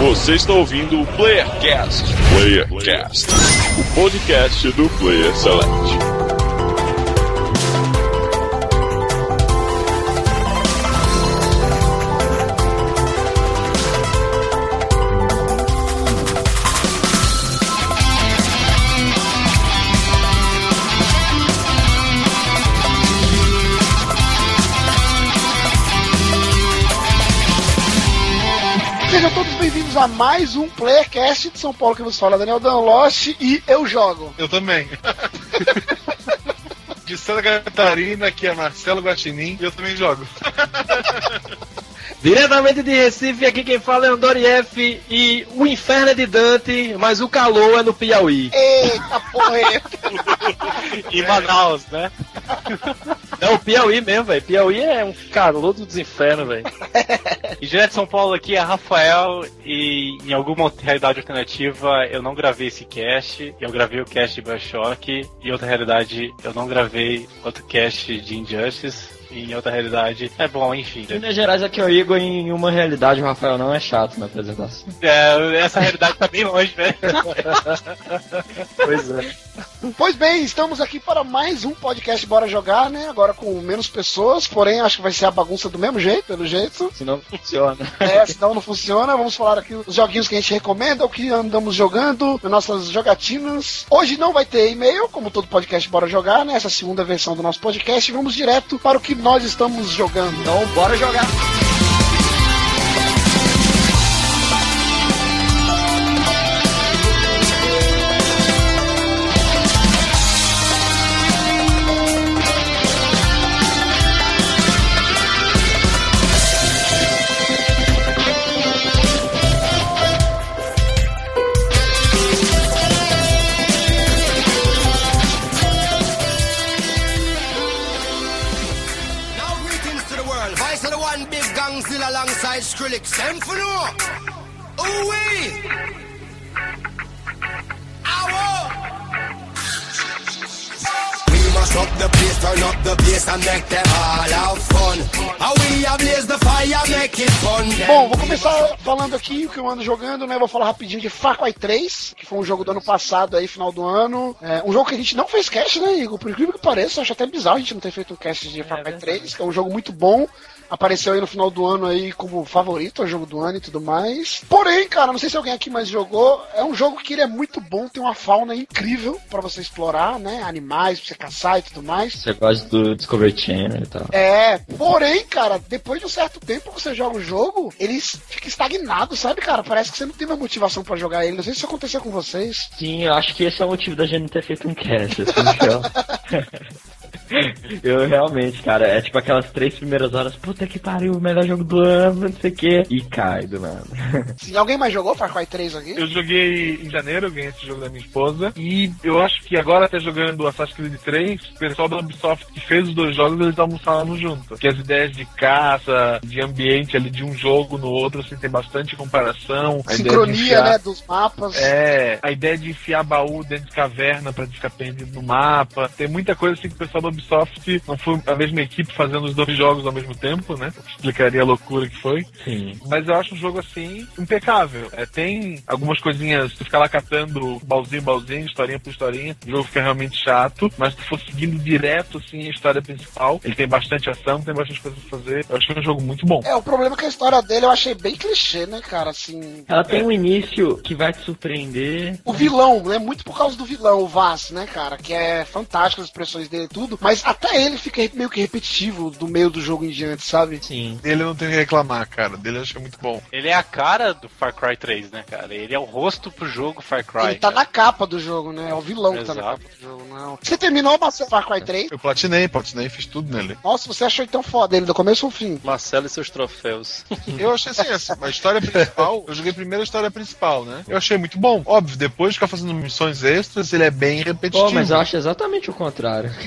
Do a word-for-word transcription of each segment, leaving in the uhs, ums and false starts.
Você está ouvindo o PlayerCast. PlayerCast, o podcast do Player Select. Sejam todos bem-vindos a mais um PlayerCast de São Paulo, que vos fala Daniel Danloche e eu jogo. Eu também. De Santa Catarina, aqui é Marcelo Guaxinim e eu também jogo. Diretamente de Recife, aqui quem fala é Andorieff e o inferno é de Dante, mas o calor é no Piauí. Eita porra! E Manaus, né? É o Piauí mesmo, velho. Piauí é um calor dos infernos, velho. E direto de São Paulo aqui é Rafael e em alguma realidade alternativa eu não gravei esse cast, eu gravei o cast de BioShock e em outra realidade eu não gravei outro cast de Injustice. Em outra realidade, é bom, enfim. Em Minas Gerais aqui é o Igor, em uma realidade o Rafael não é chato na apresentação. É, essa realidade tá bem longe, velho. Pois é. Pois bem, estamos aqui para mais um podcast Bora Jogar, né? Agora com menos pessoas, porém acho que vai ser a bagunça do mesmo jeito, pelo jeito. Senão não funciona. É, senão não funciona. Vamos falar aqui os joguinhos que a gente recomenda, o que andamos jogando, nossas jogatinas. Hoje não vai ter e-mail, como todo podcast Bora Jogar, né? Essa segunda versão do nosso podcast. Vamos direto para o que nós estamos jogando. Então, bora jogar! Alongside Skrillex, them for no. Ooh-wee! Ow! We must up the place, turn up the bass and make them all have fun. How we ablaze the fire, make it fun. Bom, vou começar falando aqui o que eu ando jogando, né? Vou falar rapidinho de Far Cry três, que foi um jogo do ano passado aí, final do ano. É, um jogo que a gente não fez cast, né, Igor? Por incrível que pareça, eu acho até bizarro a gente não ter feito um cast de Far Cry três, que é um jogo muito bom. Apareceu aí no final do ano aí como favorito ao jogo do ano e tudo mais. Porém, cara, não sei se alguém aqui mais jogou. É um jogo que ele é muito bom, tem uma fauna incrível pra você explorar, né? Animais pra você caçar e tudo mais. Você gosta do Discovery Channel e tal. É, porém, cara, depois de um certo tempo que você joga o jogo, ele fica estagnado, sabe, cara? Parece que você não tem mais motivação pra jogar ele. Não sei se isso aconteceu com vocês. Sim, eu acho que esse é o motivo da gente não ter feito um cast, assim, eu realmente, cara, é tipo aquelas três primeiras horas, puta que pariu, o melhor jogo do ano, não sei o que, e cai do nada. Sim, alguém mais jogou Far Cry três aqui? Eu joguei em janeiro, eu ganhei esse jogo da minha esposa, e eu acho que agora até jogando Assassin's Creed três, o pessoal da Ubisoft que fez os dois jogos, eles almoçaram junto. Porque as ideias de caça, de ambiente ali de um jogo no outro, assim, tem bastante comparação. Sincronia, enfiar, né, dos mapas. É, a ideia de enfiar baú dentro de caverna pra ficar perdido no mapa. Tem muita coisa assim que o pessoal da Ubisoft não foi a mesma equipe fazendo os dois jogos ao mesmo tempo, né? Explicaria a loucura que foi. Sim. Mas eu acho um jogo assim impecável. É, tem algumas coisinhas, tu ficar lá catando baúzinho, baúzinho, historinha por historinha, o jogo fica realmente chato, mas se tu for seguindo direto assim a história principal, ele tem bastante ação, tem bastante coisa pra fazer. Eu acho que é um jogo muito bom. É, o problema é que a história dele eu achei bem clichê, né, cara? Assim. Ela tem é. um início que vai te surpreender. O vilão, né? Muito por causa do vilão, o Vaz, né, cara? Que é fantástico as expressões dele e tudo, mas até ele fica meio que repetitivo do meio do jogo em diante, sabe? Sim. Dele eu não tenho que reclamar, cara. Dele eu acho muito bom. Ele é a cara do Far Cry três, né, cara? Ele é o rosto pro jogo Far Cry. Ele tá cara. na capa do jogo, né? É o vilão Exato. que tá na capa do jogo, não. Você terminou o Far Cry três? Eu platinei, platinei, fiz tudo nele. Nossa, você achou então foda ele do começo ao fim? Marcelo e seus troféus. Eu achei assim, essa, a história principal, eu joguei primeiro a história principal, né? Eu achei muito bom. Óbvio, depois de ficar fazendo missões extras, ele é bem repetitivo. Pô, mas eu acho exatamente o contrário. O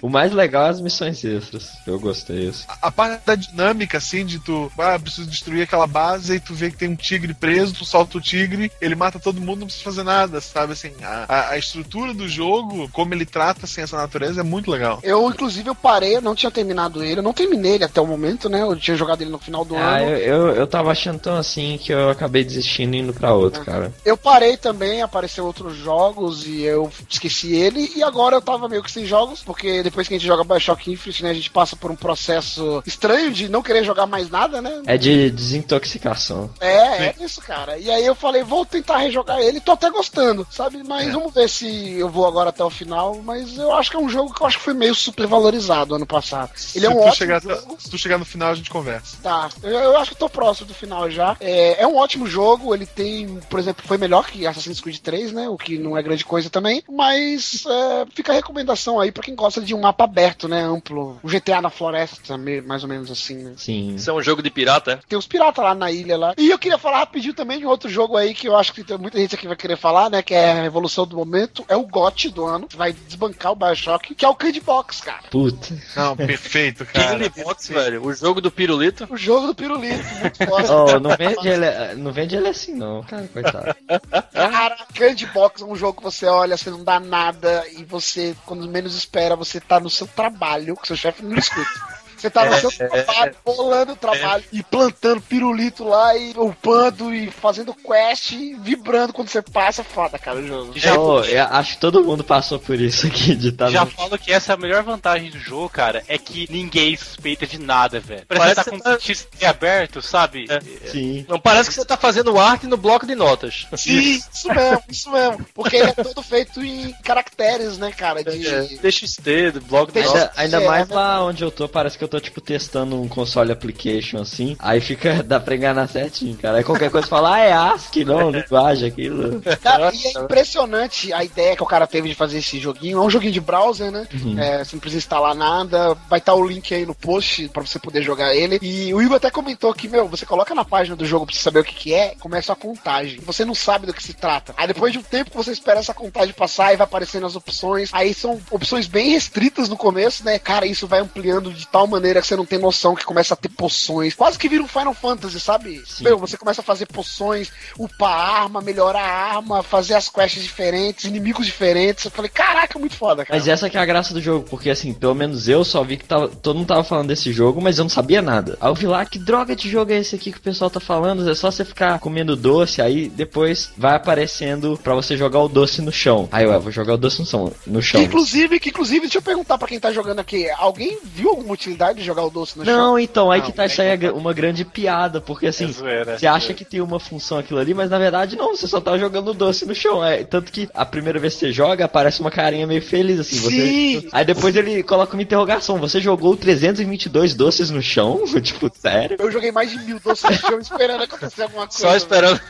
O mais legal é as missões extras. Eu gostei disso. A, a parte da dinâmica, assim, de tu, ah, preciso destruir aquela base, e tu vê que tem um tigre preso, tu solta o tigre, ele mata todo mundo, não precisa fazer nada, sabe? Assim, a, a, a estrutura do jogo, como ele trata, assim, essa natureza, é muito legal. Eu, inclusive, eu parei, eu não tinha terminado ele, eu não terminei ele até o momento, né? Eu tinha jogado ele no final do ah, ano. Eu, eu, eu tava achando tão assim que eu acabei desistindo e indo pra outro, é. cara. Eu parei também, apareceu outros jogos e eu esqueci ele, e agora eu tava meio que sem jogos, porque depois que a gente joga Bioshock Infinite, né, a gente passa por um processo estranho de não querer jogar mais nada, né? É de desintoxicação. É, é isso, cara. E aí eu falei, vou tentar rejogar ele, tô até gostando, sabe? Mas é. vamos ver se eu vou agora até o final, mas eu acho que é um jogo que eu acho que foi meio supervalorizado ano passado. Ele é um ótimo chegar, jogo. Se tu chegar no final, a gente conversa. Tá, eu, eu acho que tô próximo do final já. É, é um ótimo jogo, ele tem, por exemplo, foi melhor que Assassin's Creed três, né? O que não é grande coisa também, mas é, fica a recomendação aí pra quem gosta de um mapa aberto, né? Amplo. O G T A na floresta, mais ou menos assim, né? Sim. Isso é um jogo de pirata, é? Tem os piratas lá na ilha lá. E eu queria falar rapidinho também de outro jogo aí que eu acho que tem muita gente aqui vai querer falar, né? Que é a revolução do momento. É o G O T do ano. Que vai desbancar o Bioshock, que é o Candy Box, cara. Puta. Não, perfeito, cara. Candy Box, velho. O jogo do pirulito. O jogo do pirulito, muito forte. Oh, não vende ele, não vende ele assim, não. Cara, coitado. Cara, Candy Box é um jogo que você olha, você não dá nada e você, quando menos espera, você tá no seu trabalho, que seu chefe não escuta. Você tá no seu trabalho, rolando o trabalho é. e plantando pirulito lá e upando e fazendo quest e vibrando quando você passa, foda, cara, o jogo. Já, oh, eu acho que todo mundo passou por isso aqui de estar Já no... falo que essa é a melhor vantagem do jogo, cara, é que ninguém suspeita de nada, velho. Parece, Parece que tá com o X T aberto, sabe? É. Sim. Não parece que você tá fazendo arte no bloco de notas. Sim, isso mesmo, isso mesmo. Porque ele é todo feito em caracteres, né, cara? De... É, T X T, do bloco de ainda, notas. ainda é, mais é, lá onde eu tô, parece que eu tô, tipo, testando um console application, assim, aí fica, dá pra enganar certinho, cara. Aí qualquer coisa fala, ah, é ASCII, não, linguagem, aquilo. Cara, e é impressionante a ideia que o cara teve de fazer esse joguinho. É um joguinho de browser, né? Uhum. É, você não precisa instalar nada. Vai estar o link aí no post pra você poder jogar ele. E o Igor até comentou que, meu, você coloca na página do jogo pra você saber o que que é, começa a contagem. Você não sabe do que se trata. Aí depois de um tempo que você espera essa contagem passar e vai aparecendo as opções. Aí são opções bem restritas no começo, né? Cara, isso vai ampliando de tal maneira que você não tem noção, que começa a ter poções. Quase que vira um Final Fantasy, sabe? Sim. Meu, você começa a fazer poções, upar a arma, melhorar a arma, fazer as quests diferentes, inimigos diferentes. Eu falei, caraca, muito foda, cara. Mas essa que é a graça do jogo, porque assim, pelo menos eu só vi que tava, todo mundo tava falando desse jogo, mas eu não sabia nada. Aí eu vi lá, que droga de jogo é esse aqui que o pessoal tá falando? É só você ficar comendo doce, aí depois vai aparecendo pra você jogar o doce no chão. Aí eu vou jogar o doce no chão. No chão. Que, inclusive, que inclusive, deixa eu perguntar pra quem tá jogando aqui, alguém viu alguma utilidade de jogar o doce no não, chão? Não, então, aí não, que tá, isso aí é uma grande piada, porque assim, é zoeira, você acha que tem uma função aquilo ali, mas na verdade não, você só tá jogando doce no chão. É, tanto que a primeira vez que você joga, aparece uma carinha meio feliz, assim. Sim. Você... Aí depois ele coloca uma interrogação, você jogou trezentos e vinte e dois doces no chão? Tipo, sério? Eu joguei mais de mil doces no chão esperando acontecer alguma coisa. Só esperando.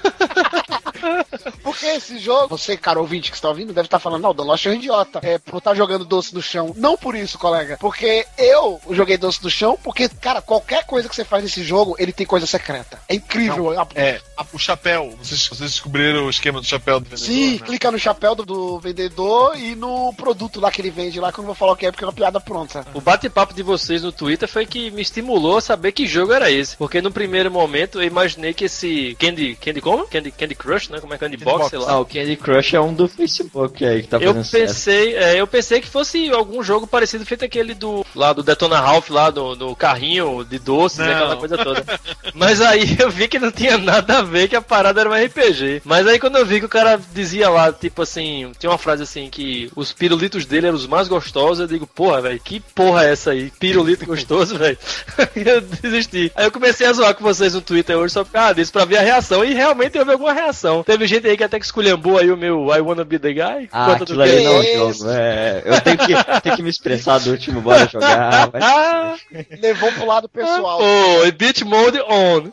Porque esse jogo, você, cara ouvinte que está ouvindo, deve estar falando, não, o Dan Lost é um idiota, é, por estar jogando doce no chão. Não por isso, colega. Porque eu joguei doce no chão, porque, cara, qualquer coisa que você faz nesse jogo, ele tem coisa secreta. É incrível. Não, é, a, o chapéu. Vocês, vocês descobriram o esquema do chapéu do vendedor? Sim, né? Clica no chapéu do, do vendedor e no produto lá que ele vende lá, que eu não vou falar o que é, porque é uma piada pronta. O bate-papo de vocês no Twitter foi que me estimulou a saber que jogo era esse. Porque no primeiro momento eu imaginei que esse Candy... Candy como? Candy, Candy Crush, né? Como é Candy, Candy Box, Box, sei lá. Ah, o Candy Crush é um do Facebook aí que tá fazendo eu pensei, é, eu pensei que fosse algum jogo parecido, feito aquele do... Lá do Detona Ralph, lá do, do carrinho de doces, né, aquela coisa toda. Mas aí eu vi que não tinha nada a ver, que a parada era um R P G. Mas aí quando eu vi que o cara dizia lá, tipo assim, tinha uma frase assim, que os pirulitos dele eram os mais gostosos, eu digo, porra, velho, que porra é essa aí? Pirulito gostoso, velho? Eu desisti. Aí eu comecei a zoar com vocês no Twitter hoje só por causa disso, pra ver a reação. E realmente houve alguma reação. Teve gente aí que até que esculhambou aí o meu I Wanna Be The Guy. Ah, aquilo ali não é um jogo. É, eu tenho que, tenho que me expressar do último, bora jogar. Mas... Levou pro lado pessoal. Oh, e beat mode on.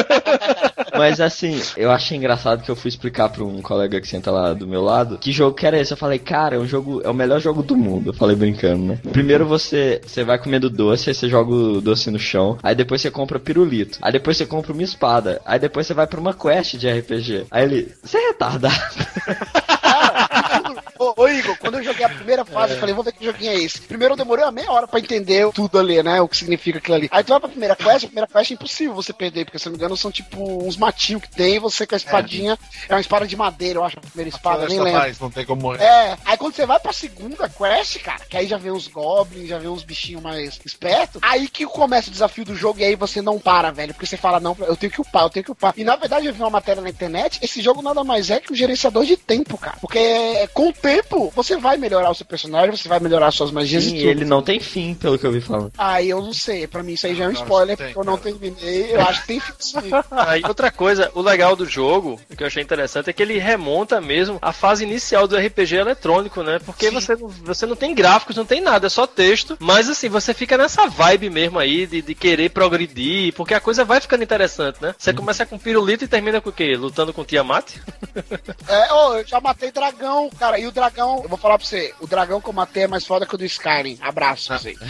Mas assim, eu achei engraçado que eu fui explicar pra um colega que senta lá do meu lado que jogo que era esse. Eu falei, cara, é um jogo, é o melhor jogo do mundo. Eu falei brincando, né? Primeiro você, você vai comendo doce, aí você joga o doce no chão, aí depois você compra pirulito, aí depois você compra uma espada, aí depois você vai pra uma quest de R P G. Aí ele, você é retardado. Ô, ô, Igor, quando eu joguei a primeira fase, é. eu falei, vou ver que joguinho é esse. Primeiro eu demorei uma meia hora pra entender tudo ali, né? O que significa aquilo ali. Aí tu vai pra primeira quest, a primeira quest é impossível você perder, porque se não me engano são tipo uns matinhos que tem, você com a espadinha, é, é uma espada de madeira, eu acho, a primeira espada, a nem lembro. Mais, não tem como morrer. É, aí quando você vai pra segunda quest, cara, que aí já vem uns goblins, já vem uns bichinhos mais espertos, aí que começa o desafio do jogo e aí você não para, velho, porque você fala, não, eu tenho que upar, eu tenho que upar. E na verdade eu vi uma matéria na internet, esse jogo nada mais é que um gerenciador de tempo, cara, porque com o tempo você vai melhorar o seu personagem, você vai melhorar suas magias. Sim, e tudo. Ele não tem fim, pelo que eu vi falando. Aí eu não sei, pra mim isso aí já é um spoiler, porque eu não terminei, eu acho que tem fim sim. Aí outra coisa, o legal do jogo, o que eu achei interessante, é que ele remonta mesmo à fase inicial do R P G eletrônico, né? Porque você, você não tem gráficos, não tem nada, é só texto, mas assim, você fica nessa vibe mesmo aí de, de querer progredir, porque a coisa vai ficando interessante, né? Você começa com pirulito e termina com o quê? Lutando com Tiamat? É, ô, eu já matei dragão, cara, e o dragão, eu vou falar pra você, o dragão que eu matei é mais foda que o do Skyrim. Abraço pra você.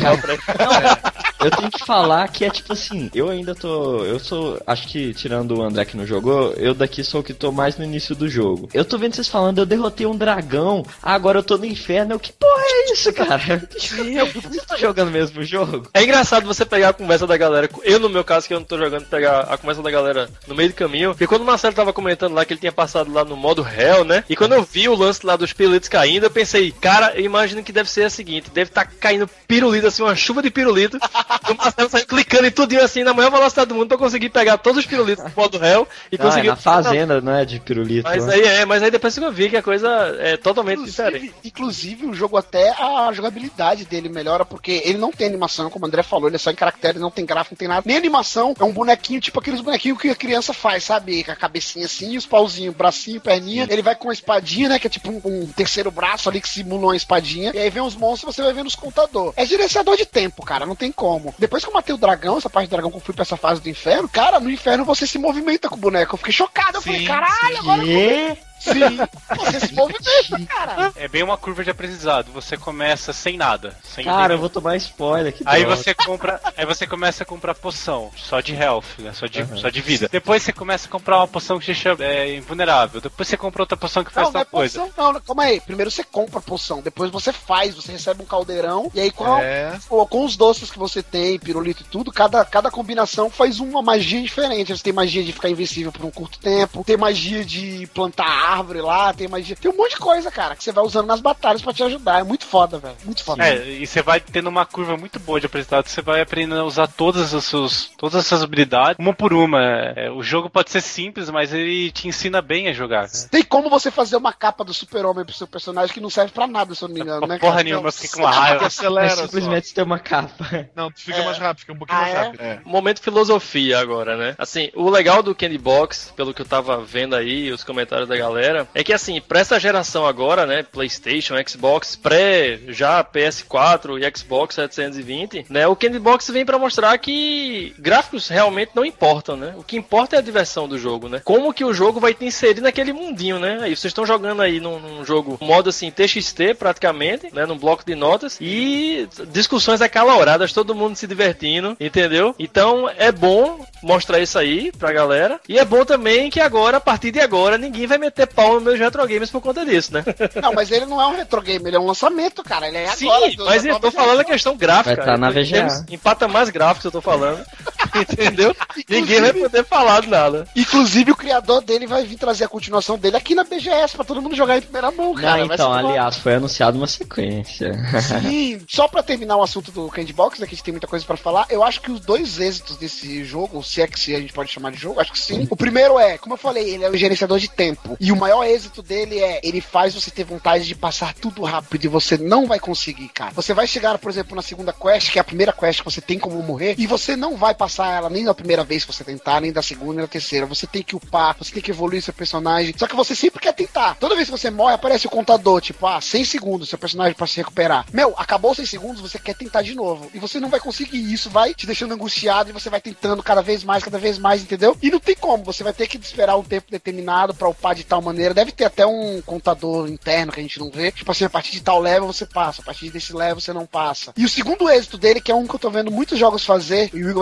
Eu tenho que falar que é tipo assim, eu ainda tô. Eu sou. Acho que tirando o André que não jogou, eu daqui sou o que tô mais no início do jogo. Eu tô vendo vocês falando, eu derrotei um dragão, agora eu tô no inferno. Eu, que porra é isso, cara? Eu tô jogando mesmo o jogo. É engraçado você pegar a conversa da galera. Eu, no meu caso, que eu não tô jogando, pegar a conversa da galera no meio do caminho. Porque quando o Marcelo tava comentando lá que ele tinha passado lá no modo Hell, né? E quando eu vi o lance lá dos pirulitos caindo, eu pensei, cara, eu imagino que deve ser a seguinte: deve estar tá caindo pirulito, assim, uma chuva de pirulito. O Marcelo saiu clicando em tudinho assim, na maior velocidade do mundo, pra conseguir pegar todos os pirulitos do modo Hell e ah, conseguir. É na fazenda, não é de pirulito. Mas aí é, mas aí depois eu vi que a coisa é totalmente inclusive, diferente. Inclusive, o jogo até a jogabilidade dele melhora, porque ele não tem animação, como o André falou, ele é só em caractere, não tem gráfico, não tem nada. Nem animação, é um bonequinho, tipo aqueles bonequinhos que a criança faz, sabe? Com a cabecinha assim, os pauzinhos, bracinho, perninha. Ele vai com uma espadinha, né? Que é tipo um, um terceiro braço ali que simula uma espadinha. E aí vem os monstros, você vai vendo os contadores. É gerenciador de tempo, cara, não tem como. Depois que eu matei o dragão, essa parte do dragão que eu fui pra essa fase do inferno, cara, no inferno você se movimenta com o boneco. Eu fiquei chocado, eu sim, falei, caralho, sim. agora eu Sim, você se movimenta, cara. É bem uma curva de aprendizado. Você começa sem nada. Sem cara, nenhum. Eu vou tomar spoiler. Que aí você compra, aí você começa a comprar poção, só de health, né? Só de, uhum. só de vida. Depois você começa a comprar uma poção que deixa é, invulnerável. Depois você compra outra poção que faz não, tal não é coisa. Poção, não, calma aí. Primeiro você compra a poção, depois você faz, você recebe um caldeirão. E aí com, é. a, com os doces que você tem, pirulito e tudo, cada, cada combinação faz uma magia diferente. Você tem magia de ficar invencível por um curto tempo, tem magia de plantar árvore lá, tem magia. Tem um monte de coisa, cara, que você vai usando nas batalhas pra te ajudar. É muito foda, velho. Muito foda. É, e você vai tendo uma curva muito boa de aprendizado. Você vai aprendendo a usar todas as suas, todas essas habilidades, uma por uma. É, o jogo pode ser simples, mas ele te ensina bem a jogar. Cara. Tem como você fazer uma capa do Super-Homem pro seu personagem que não serve pra nada, se eu não me engano, né? Porra nenhuma, eu fiquei com uma raiva. Acelera, é simplesmente você tem uma capa. Não, tu fica é. mais rápido, fica um pouquinho ah, mais é? rápido. É. Momento filosofia agora, né? Assim, o legal do Candy Box, pelo que eu tava vendo aí, os comentários da galera, é que assim, pra essa geração agora, né, PlayStation, Xbox, pré, já P S quatro e Xbox setecentos e vinte, né, o Candy Box vem pra mostrar que gráficos realmente não importam, né? O que importa é a diversão do jogo, né? Como que o jogo vai te inserir naquele mundinho, né? Aí vocês estão jogando aí num, num jogo, modo assim, T X T praticamente, né, num bloco de notas e discussões acaloradas, todo mundo se divertindo, entendeu? Então é bom mostrar isso aí pra galera e é bom também que agora, a partir de agora, ninguém vai meter pau nos meus retro games por conta disso, né? Não, mas ele não é um retro game, ele é um lançamento, cara. Ele é Sim, agora. Sim, mas eu tô falando a questão gráfica. Vai estar na V G A. Em patamares gráficos eu tô falando. Entendeu? Ninguém vai poder falar de nada. Inclusive o criador dele vai vir trazer a continuação dele aqui na B G S pra todo mundo jogar em primeira mão, cara. Não, então, aliás, foi anunciado uma sequência. Sim, só pra terminar o assunto do Candy Box, né, que a gente tem muita coisa pra falar, eu acho que os dois êxitos desse jogo, se é que se a gente pode chamar de jogo, acho que sim. O primeiro é, como eu falei, ele é um gerenciador de tempo. E o maior êxito dele é, ele faz você ter vontade de passar tudo rápido e você não vai conseguir, cara. Você vai chegar, por exemplo, na segunda quest, que é a primeira quest que você tem como morrer, e você não vai passar ela nem da primeira vez que você tentar, nem da segunda, nem da terceira. Você tem que upar, você tem que evoluir seu personagem. Só que você sempre quer tentar. Toda vez que você morre, aparece o contador, tipo, ah, cem segundos, seu personagem pra se recuperar. Meu, acabou cem segundos, você quer tentar de novo. E você não vai conseguir isso, vai te deixando angustiado e você vai tentando cada vez mais, cada vez mais, entendeu? E não tem como, você vai ter que esperar um tempo determinado pra upar de tal maneira. Deve ter até um contador interno que a gente não vê. Tipo assim, a partir de tal level você passa, a partir desse level você não passa. E o segundo êxito dele, que é um que eu tô vendo muitos jogos fazer, e o Igor vai falar de um jogo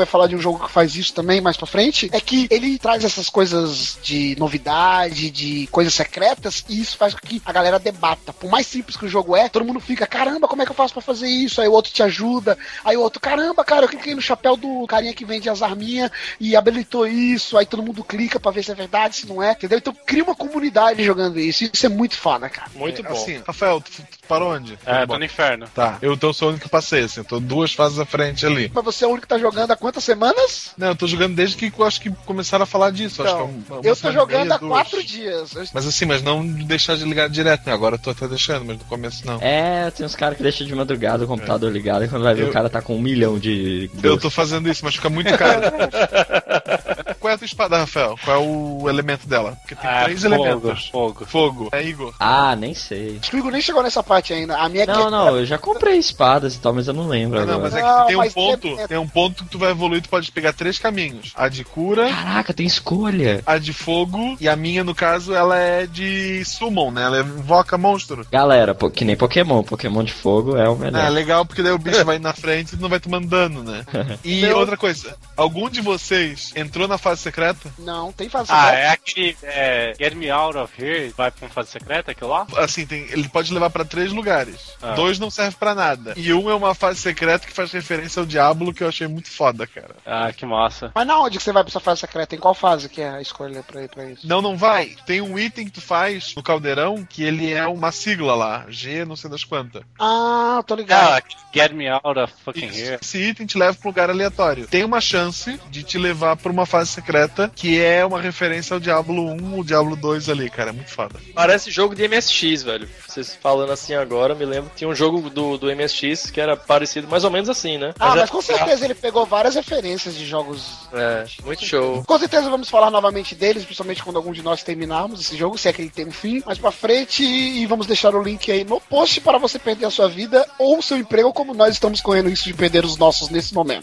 jogo que faz isso também mais pra frente, é que ele traz essas coisas de novidade, de coisas secretas, e isso faz com que a galera debata. Por mais simples que o jogo é, todo mundo fica, caramba, como é que eu faço pra fazer isso? Aí o outro te ajuda, aí o outro, caramba, cara, eu cliquei no chapéu do carinha que vende as arminhas e habilitou isso, aí todo mundo clica pra ver se é verdade, se não é, entendeu? Então cria uma comunidade jogando isso, isso é muito foda, cara. Muito é, bom. Assim, Rafael, tu, tu parou onde? É, tô no inferno. Tá, eu tô sou o único que passei, assim, eu tô duas fases à frente ali. Mas você é o único que tá jogando há quantas semanas? Não, eu tô jogando desde que eu acho que começaram a falar disso. Então, acho que é uma, uma eu tô jogando meia, há duas. quatro dias. Eu... Mas assim, mas não deixar de ligar direto, né? Agora eu tô até deixando, mas no começo não. É, tem uns caras que deixam de madrugada o computador é. ligado e quando vai ver eu... o cara tá com um milhão de... Eu tô fazendo isso, mas fica muito caro. Qual é a tua espada, Rafael? Qual é o elemento dela? Porque tem ah, três fogo, elementos. Fogo. Fogo. É Igor. Ah, nem sei. Acho que o Igor nem chegou nessa parte ainda. A minha Não, que... não, eu já comprei espadas e tal, mas eu não lembro não, agora. Não, mas é que não, tem um ponto, é... tem um ponto que tu vai evoluir, tu pode pegar três caminhos. A de cura. Caraca, tem escolha. A de fogo. E a minha, no caso, ela é de summon, né? Ela invoca monstro. Galera, que nem Pokémon. Pokémon de fogo é o melhor. É, legal, porque daí o bicho vai na frente e não vai tomando dano, né? E Meu... outra coisa, algum de vocês entrou na fase secreta? Não, tem fase ah, secreta. Ah, é aquele é, Get Me Out of Here, vai pra uma fase secreta, aquilo lá? Assim, tem, ele pode levar pra três lugares. Ah. Dois não serve pra nada. E um é uma fase secreta que faz referência ao Diablo, que eu achei muito foda, cara. Ah, que massa. Mas na onde que você vai pra essa fase secreta? Em qual fase que é a escolha pra ir pra isso? Não, não vai. Tem um item que tu faz no caldeirão que ele é uma sigla lá. G, não sei das quantas. Ah, tô ligado. Ah, Get Me Out of Fucking Isso. Here. Esse item te leva pra um lugar aleatório. Tem uma chance de te levar pra uma fase secreta que é uma referência ao Diablo um ou Diablo dois ali, cara. É muito foda. Parece jogo de M S X, velho. Vocês falando assim agora, me lembro que tinha um jogo do, do M S X que era parecido mais ou menos assim, né? Ah, mas, mas é... com certeza ele pegou várias referências de jogos. É, muito show. Com certeza vamos falar novamente deles, principalmente quando algum de nós terminarmos esse jogo, se é que ele tem um fim, mais pra frente, e vamos deixar o link aí no post para você perder a sua vida ou o seu emprego, como nós estamos correndo isso de perder os nossos nesse momento.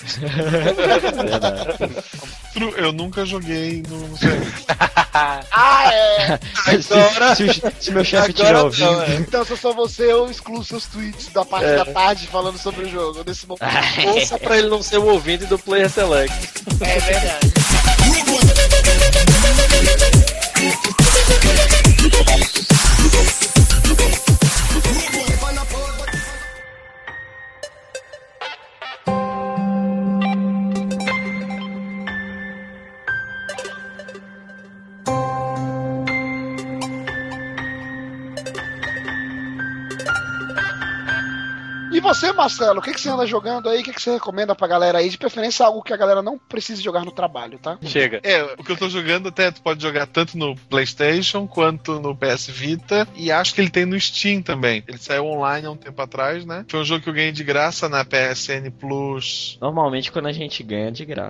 Eu nunca joguei no, no serviço. Ah, é! Agora... se, se, se meu chefe tiver ouvindo. É. Então, se eu sou você, eu excluo seus tweets da parte é. da tarde falando sobre o jogo nesse momento. Ouça pra ele não ser o ouvinte do Player Select. É verdade. E você, Marcelo, o que, que você anda jogando aí? O que, que você recomenda pra galera aí? De preferência algo que a galera não precise jogar no trabalho, tá? Chega. É, o que eu tô jogando até tu pode jogar tanto no PlayStation quanto no P S Vita. E acho que ele tem no Steam também. Ele saiu online há um tempo atrás, né? Foi um jogo que eu ganhei de graça na P S N Plus. Normalmente quando a gente ganha de graça.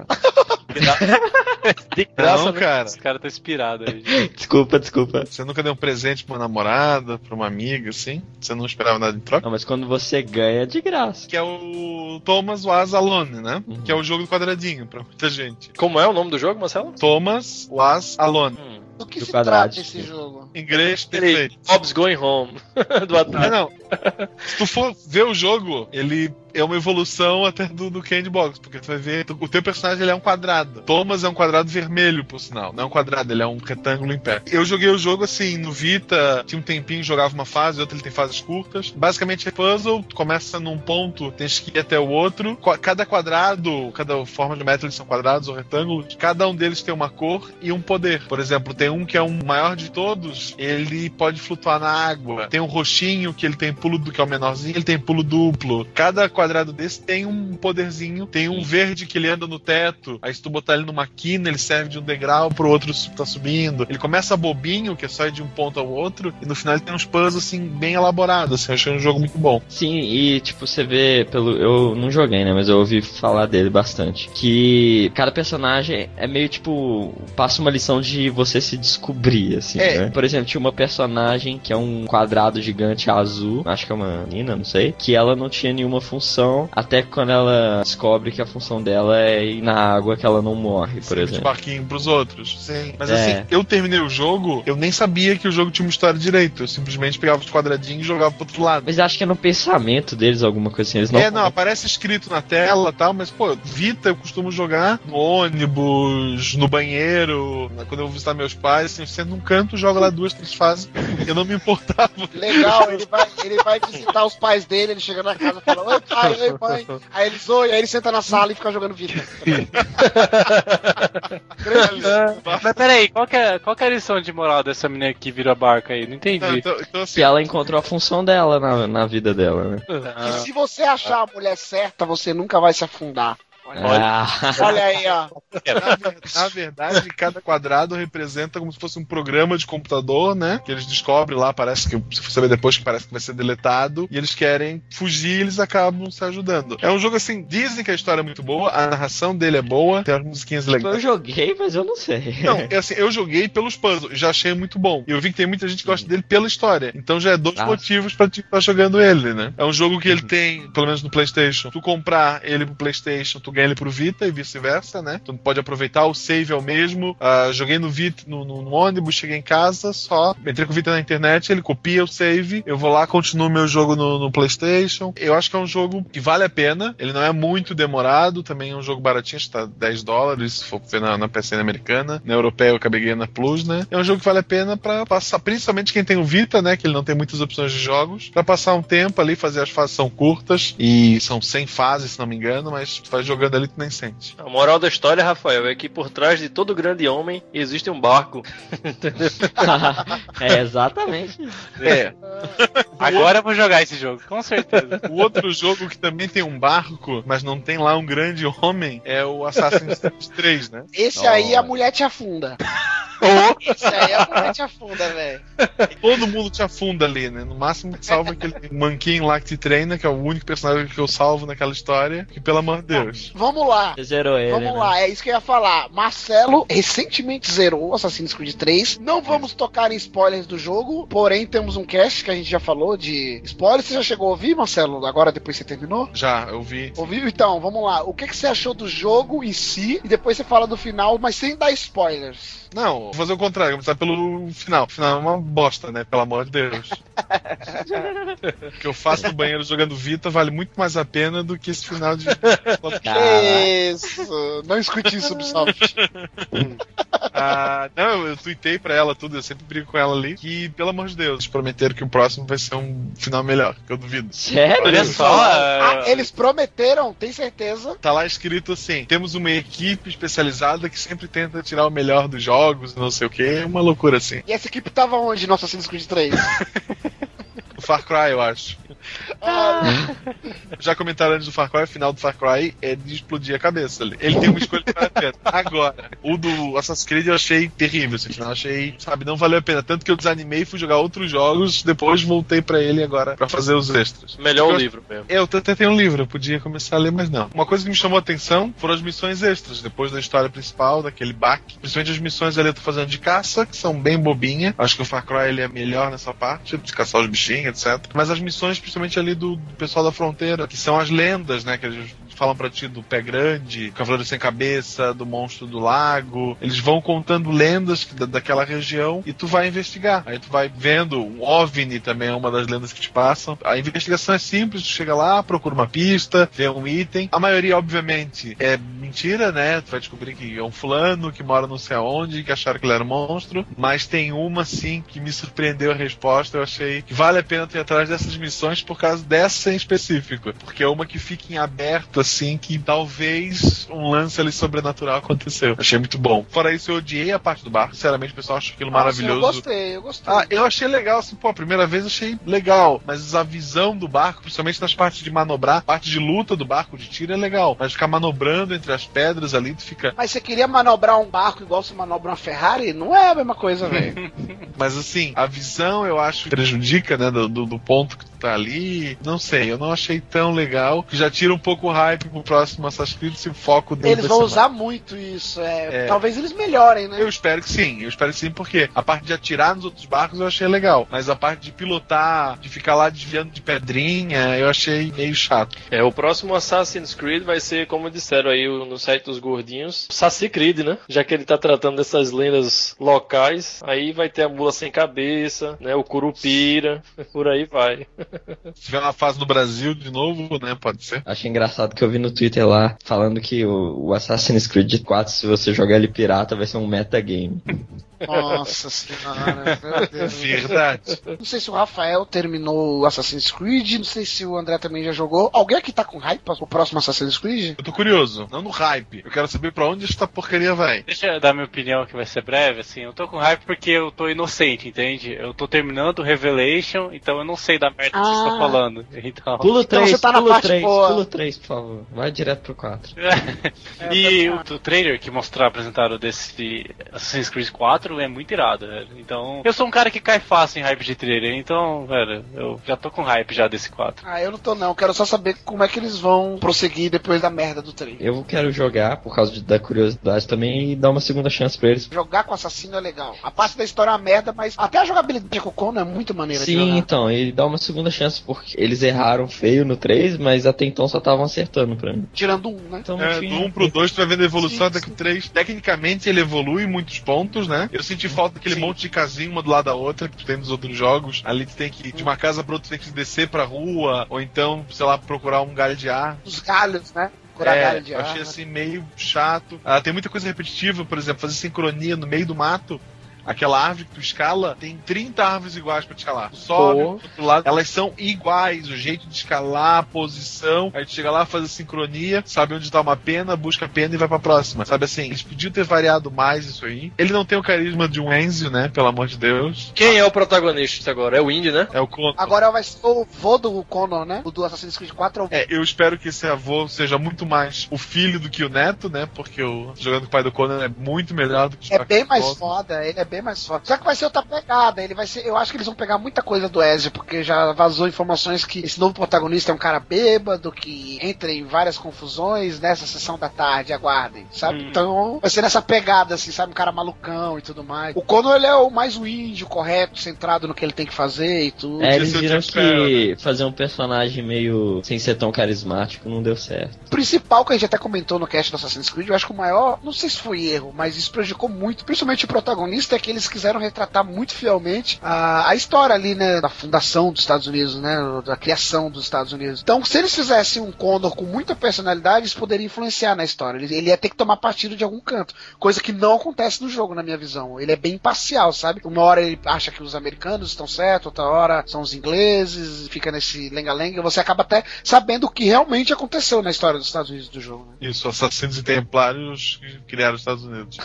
De graça, não, cara. Esse cara tá inspirado aí. Desculpa, desculpa. Você nunca deu um presente pra uma namorada, pra uma amiga, assim? Você não esperava nada em troca? Não, mas quando você ganha, é de graça. Que é o Thomas Was Alone, né? Uhum. Que é o jogo do quadradinho pra muita gente. Como é o nome do jogo, Marcelo? Thomas Was Alone. Hum. Do que Do se quadrado. trata esse jogo? Inglês perfeito. Bob's Going Home. Do Atari. Não, não. Se tu for ver o jogo, ele é uma evolução até do, do Candy Box, porque tu vai ver, o teu personagem ele é um quadrado. Thomas é um quadrado vermelho, por sinal. Não é um quadrado, ele é um retângulo em pé. Eu joguei o jogo assim, no Vita, tinha um tempinho, jogava uma fase, outra ele tem fases curtas. Basicamente é puzzle, tu começa num ponto, tens que ir até o outro. Cada quadrado, cada forma de metro, eles são quadrados ou retângulos. Cada um deles tem uma cor e um poder. Por exemplo, tem um que é um maior de todos, ele pode flutuar na água. Tem um roxinho que ele tem pulo do que é o menorzinho, ele tem pulo duplo. Cada quadrado desse tem um poderzinho. Tem um verde que ele anda no teto. Aí se tu botar ele numa quina, ele serve de um degrau pro outro tá subindo. Ele começa bobinho, que é só ir de um ponto ao outro, e no final ele tem uns puzzles assim, bem elaborados. Assim, eu achei um jogo muito bom. Sim, e tipo, você vê pelo... Eu não joguei, né? Mas eu ouvi falar dele bastante. Que cada personagem é meio tipo... Passa uma lição de você se descobrir, assim, é. né? Por exemplo, tinha uma personagem que é um quadrado gigante azul. acho que é uma menina, não sei, que ela não tinha nenhuma função, até quando ela descobre que a função dela é ir na água que ela não morre, por Sim, exemplo. de barquinho pros outros. Sim. Mas É. assim, eu terminei o jogo, eu nem sabia que o jogo tinha uma história direito. Eu simplesmente pegava os quadradinhos e jogava pro outro lado. Mas acho que é no pensamento deles alguma coisa assim. Eles não... É, não, aparece escrito na tela e tal, mas, pô, Vita eu costumo jogar no ônibus, no banheiro, quando eu vou visitar meus pais, assim, sendo num canto, joga lá duas, três fases. Eu não me importava. Legal, ele vai, ele vai visitar os pais dele, ele chega na casa e fala, oi pai, oi mãe. Aí eles oi, aí ele senta na sala e fica jogando Vita. Mas peraí, qual que, é, qual que é a lição de moral dessa menina que vira barca aí? Não entendi. Não, então, então, assim, Que ela encontrou a função dela na, na vida dela, né? Que se você achar a mulher certa, você nunca vai se afundar. Ah. Olha aí, ó. Na, na verdade, cada quadrado representa como se fosse um programa de computador, né? Que eles descobrem lá, parece que, se for saber depois, que parece que vai ser deletado. E eles querem fugir e eles acabam se ajudando. É um jogo assim, dizem que a história é muito boa, a narração dele é boa, tem umas musiquinhas legais. Eu joguei, mas eu não sei. Não, é assim, eu joguei pelos puzzles, já achei muito bom. E eu vi que tem muita gente que gosta dele pela história. Então já é dois Ah. motivos pra te estar jogando ele, né? É um jogo que ele tem, pelo menos no PlayStation, tu comprar ele pro PlayStation, tu ganha ele pro Vita e vice-versa, né? Tu pode aproveitar, o save é o mesmo. Uh, joguei no Vita, no, no, no ônibus, cheguei em casa, só entrei com o Vita na internet, ele copia o save, eu vou lá, continuo meu jogo no, no PlayStation. Eu acho que é um jogo que vale a pena, ele não é muito demorado, também é um jogo baratinho, acho que tá dez dólares, se for ver na, na P S N americana, na europeia eu acabei ganhando na Plus, né? É um jogo que vale a pena pra passar, principalmente quem tem o Vita, né? Que ele não tem muitas opções de jogos, pra passar um tempo ali, fazer as fases são curtas, e são cem fases, se não me engano, mas tu vai jogando ali, tu nem sente. A moral da história, Rafael, é que por trás de todo grande homem existe um barco. Entendeu? É, exatamente. É. Agora eu vou jogar esse jogo, com certeza. O outro jogo que também tem um barco, mas não tem lá um grande homem, é o Assassin's Creed três, né? Esse aí a mulher te afunda. Esse aí a mulher te afunda, velho. Todo mundo te afunda ali, né? No máximo salva aquele manquinho lá que te treina, que é o único personagem que eu salvo naquela história, que pelo amor de Deus. Vamos lá. Você zerou ele, Vamos né? lá, é isso que eu ia falar. Marcelo recentemente zerou Assassin's Creed três. Não vamos tocar em spoilers do jogo, porém temos um cast que a gente já falou de spoilers. Você já chegou a ouvir, Marcelo? Agora, depois você terminou? Já, eu vi. Ouviu? Então, vamos lá. O que, que você achou do jogo em si? E depois você fala do final, mas sem dar spoilers. Não, vou fazer o contrário, vou começar pelo final. O final é uma bosta, né? Pelo amor de Deus. O que eu faço no banheiro jogando Vita vale muito mais a pena do que esse final de... Isso! Não escute isso, Ubisoft. Ah, não, eu tuitei pra ela tudo, eu sempre brigo com ela ali, que, pelo amor de Deus, eles prometeram que o próximo vai ser um final melhor, que eu duvido. Sério? Olha só. Ah, eles prometeram, tem certeza? Tá lá escrito assim, temos uma equipe especializada que sempre tenta tirar o melhor dos jogos, não sei o que, é uma loucura assim. E essa equipe tava onde no Assassin's Creed três? O Far Cry, eu acho. Ah, Já comentaram antes do Far Cry, o final do Far Cry é de explodir a cabeça ali. Ele tem uma escolha que vale a pena. Agora, o do Assassin's Creed eu achei terrível, esse final, achei, sabe, não valeu a pena. Tanto que eu desanimei, fui jogar outros jogos, depois voltei pra ele agora pra fazer os extras. Melhor o Eu- livro mesmo. Eu até tenho um livro, eu podia começar a ler, mas não. Uma coisa que me chamou a atenção foram as missões extras, depois da história principal, daquele baque. Principalmente as missões ali eu tô fazendo de caça, que são bem bobinha. Acho que o Far Cry ele é melhor nessa parte, de caçar os bichinhos, etcétera. Mas as missões, principalmente ali do, do pessoal da fronteira, que são as lendas, né, que eles falam pra ti do Pé Grande, Cavaleiro Sem Cabeça, do Monstro do Lago. Eles vão contando lendas que, da, daquela região e tu vai investigar. Aí tu vai vendo, o OVNI também é uma das lendas que te passam. A investigação é simples, tu chega lá, procura uma pista, vê um item. A maioria, obviamente, é mentira, né? Tu vai descobrir que é um fulano que mora não sei aonde, que acharam que ele era um monstro. Mas tem uma, sim, que me surpreendeu a resposta. Eu achei que vale a pena tu ir atrás dessas missões por causa dessa em específico. Porque é uma que fica em aberto, assim, que talvez um lance ali sobrenatural aconteceu. Achei muito bom. Fora isso, eu odiei a parte do barco. Sinceramente, o pessoal acha aquilo maravilhoso. Eu gostei, eu gostei. Ah, eu achei legal, assim, pô, a primeira vez eu achei legal, mas a visão do barco, principalmente nas partes de manobrar, parte de luta do barco, de tiro é legal, mas ficar manobrando entre as pedras ali, tu fica... Mas você queria manobrar um barco igual você manobra uma Ferrari? Não é a mesma coisa, velho. Mas assim, a visão eu acho que prejudica, né, do, do, do ponto que tu tá ali. Não sei, eu não achei tão legal, que já tira um pouco o hype pro próximo Assassin's Creed se o foco dele. Eles vão usar muito isso, é. é. Talvez eles melhorem, né? Eu espero que sim, eu espero que sim, porque a parte de atirar nos outros barcos eu achei legal, mas a parte de pilotar, de ficar lá desviando de pedrinha, eu achei meio chato. É, o próximo Assassin's Creed vai ser, como disseram aí no site dos gordinhos, Saci Creed, né? Já que ele tá tratando dessas lendas locais, aí vai ter a mula sem cabeça, né? O Curupira, por aí vai. Se tiver uma fase no Brasil de novo, né? Pode ser. Achei engraçado que eu vi no Twitter lá, falando que o, o Assassin's Creed quatro, se você jogar ele pirata, vai ser um metagame. Nossa senhora, meu Deus. Verdade. Não sei se o Rafael terminou o Assassin's Creed, não sei se o André também já jogou. Alguém aqui tá com hype para o próximo Assassin's Creed? Eu tô curioso, não no hype. Eu quero saber pra onde esta porcaria vai. Deixa eu dar minha opinião, que vai ser breve, assim. Eu tô com hype porque eu tô inocente, entende? Eu tô terminando o Revelation, então eu não sei da merda que vocês estão falando. Então... Pula então três, você tá na pula parte três, boa. pula três, por favor. Vai direto pro quatro. E o, o trailer que mostraram, apresentaram desse Assassin's Creed quatro é muito irado, velho. Então, eu sou um cara que cai fácil em hype de trailer, então, velho, eu já tô com hype já desse quatro. Ah, eu não tô não, quero só saber como é que eles vão prosseguir depois da merda do trailer. Eu quero jogar, por causa de, da curiosidade também, e dar uma segunda chance pra eles. Jogar com assassino é legal. A parte da história é uma merda, mas até a jogabilidade com o Conan é muito maneira. Sim, de jogar. então, e dá uma segunda chance, porque eles erraram feio no três, mas até então só estavam acertando pra mim. Tirando um, né? Então, É, do um pro dois, tu vai vendo a evolução até que o três. Tecnicamente ele evolui em muitos pontos, né? Eu senti falta daquele Sim. monte de casinha uma do lado da outra que tu tem nos outros jogos. Ali tu tem que ir de uma casa pra outra, tu tem que descer pra rua, ou então, sei lá, procurar um galho de ar. Os galhos, né? Curar É, galho de eu ar. achei assim meio chato. Ah, tem muita coisa repetitiva, por exemplo, fazer sincronia no meio do mato. Aquela árvore que tu escala, tem trinta árvores iguais pra te escalar. Tu sobe, Pô. do outro lado, elas são iguais, o jeito de escalar, a posição. Aí tu chega lá, faz a sincronia, sabe onde tá uma pena, busca a pena e vai pra próxima. Sabe assim, eles podiam ter variado mais isso aí. Ele não tem o carisma de um Ezio, né, pelo amor de Deus. Quem é o protagonista agora? É o Indy, né? É o Connor. Agora vai ser o vô do Connor, né? O do Assassin's Creed quatro é o... É, eu espero que esse avô seja muito mais o filho do que o neto, né, porque o jogando com o pai do Connor é muito melhor do que É bem mais foda. foda, ele é bem mais foda. Só que vai ser outra pegada, ele vai ser. Eu acho que eles vão pegar muita coisa do Ezio, porque já vazou informações que esse novo protagonista é um cara bêbado, que entra em várias confusões nessa sessão da tarde, aguardem, sabe? Hum. Então vai ser nessa pegada, assim, sabe? Um cara malucão e tudo mais. O Connor, ele é o mais o índio, correto, centrado no que ele tem que fazer e tudo. É, eles Esse eu viram te espero, que fazer um personagem meio sem ser tão carismático não deu certo. O principal que a gente até comentou no cast do Assassin's Creed, eu acho que o maior, não sei se foi erro, mas isso prejudicou muito, principalmente o protagonista, é que eles quiseram retratar muito fielmente a, a história ali, né, da fundação dos Estados Unidos, né, da criação dos Estados Unidos. Então, se eles fizessem um Condor com muita personalidade, isso poderia influenciar na história. Ele, ele ia ter que tomar partido de algum canto, coisa que não acontece no jogo, na minha visão. Ele é bem imparcial, sabe? Uma hora ele acha que os americanos estão certos, outra hora são os ingleses, fica nesse lenga-lenga, e você acaba até sabendo o que realmente aconteceu na história dos Estados Unidos do jogo, né? Isso, assassinos e templários que criaram os Estados Unidos.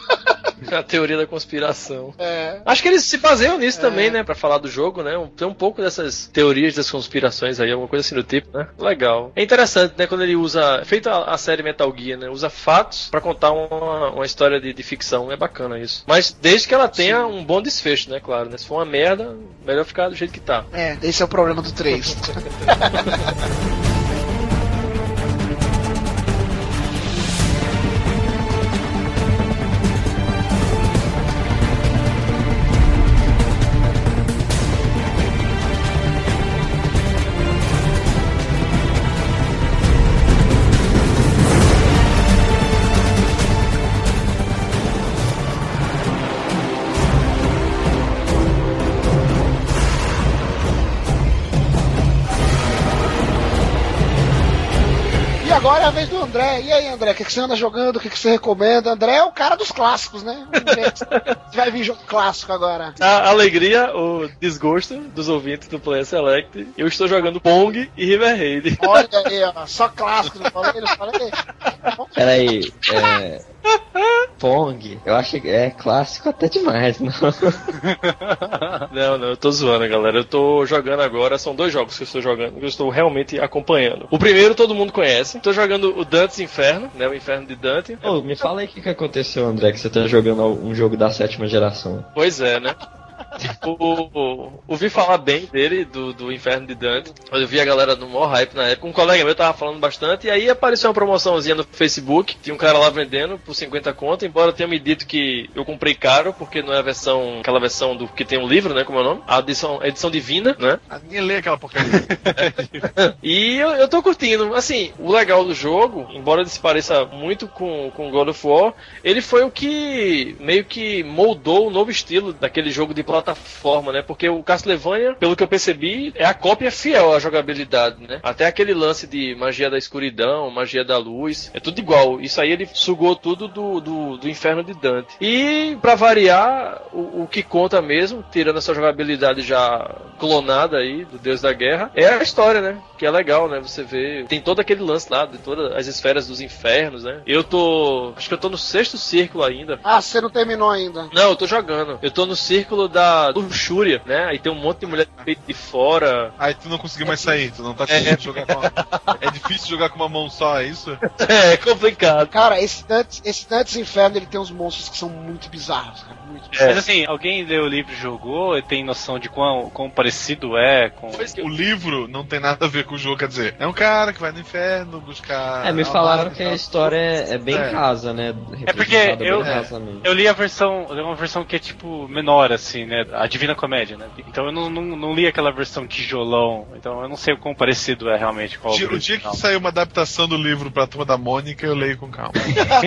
A teoria da conspiração. É. Acho que eles se baseiam nisso É. também, né? Pra falar do jogo, né? Um- Tem um pouco dessas teorias das conspirações aí, alguma coisa assim do tipo, né? Legal. É interessante, né? Quando ele usa. Feito a, a série Metal Gear, né? Usa fatos pra contar uma, uma história de, de ficção. É bacana isso. Mas desde que ela tenha Sim. um bom desfecho, né? Claro, né? Se for uma merda, melhor ficar do jeito que tá. É, esse é o problema do três. E agora é a vez do André. E aí, André, o que, que você anda jogando? O que, que você recomenda? André é o cara dos clássicos, né? Vamos ver. Você vai vir jogo clássico agora. A alegria ou desgosto dos ouvintes do Player Select, eu estou jogando Pong e River Raid. Olha aí, ó. Só clássico, não falei? Não falei? Peraí, é. Pong, eu acho que é clássico até demais, não? Não, não, eu tô zoando, galera. Eu tô jogando agora, são dois jogos que eu estou jogando, que eu estou realmente acompanhando. O primeiro todo mundo conhece. Tô jogando o Dante's Inferno, né? O Inferno de Dante. Ô, me fala aí o que, que aconteceu, André, que você tá jogando um jogo da sétima geração. Pois é, né? o, ouvi falar bem dele, do, do Inferno de Dante. Eu vi a galera no maior hype na época. Um colega meu tava falando bastante. E aí apareceu uma promoçãozinha no Facebook. Tinha um cara lá vendendo por cinquenta conto. Embora tenha me dito que eu comprei caro, porque não é a versão, aquela versão do que tem um livro, né? Como é o nome? A edição, a edição divina, né? Ah, ninguém lê aquela porcaria. E eu, eu tô curtindo. Assim, o legal do jogo, embora ele se pareça muito com o God of War, ele foi o que meio que moldou o novo estilo daquele jogo de plataforma, né? Porque o Castlevania, pelo que eu percebi, é a cópia fiel à jogabilidade, né? Até aquele lance de magia da escuridão, magia da luz, é tudo igual. Isso aí ele sugou tudo do, do, do Inferno de Dante. E, pra variar, o, o que conta mesmo, tirando essa jogabilidade já clonada aí, do Deus da Guerra, é a história, né? Que é legal, né? Você vê, tem todo aquele lance lá, de todas as esferas dos infernos, né? Eu tô, acho que eu tô no sexto círculo ainda. Ah, você não terminou ainda? Não, eu tô jogando. Eu tô no círculo da luxúria, né? Aí tem um monte de mulher de peito de fora. Aí tu não conseguiu mais sair, tu não tá conseguindo é. jogar com uma... É difícil jogar com uma mão só, é isso? É, é complicado. Cara, esse Dantes, esse Dantes Inferno, ele tem uns monstros que são muito bizarros, cara. Muito bizarros. É. Mas assim, alguém leu o livro e jogou e tem noção de quão, quão parecido é com... O livro não tem nada a ver com o jogo, quer dizer, é um cara que vai no inferno buscar... É, me falaram que a história é, é bem é. rasa, né? É porque eu, eu li a versão, eu li uma versão que é tipo menor, assim, né? A Divina Comédia, né? Então eu não, não, não li aquela versão tijolão, então eu não sei o quão parecido é realmente com o O dia que saiu uma adaptação do livro pra Turma da Mônica, eu leio com calma.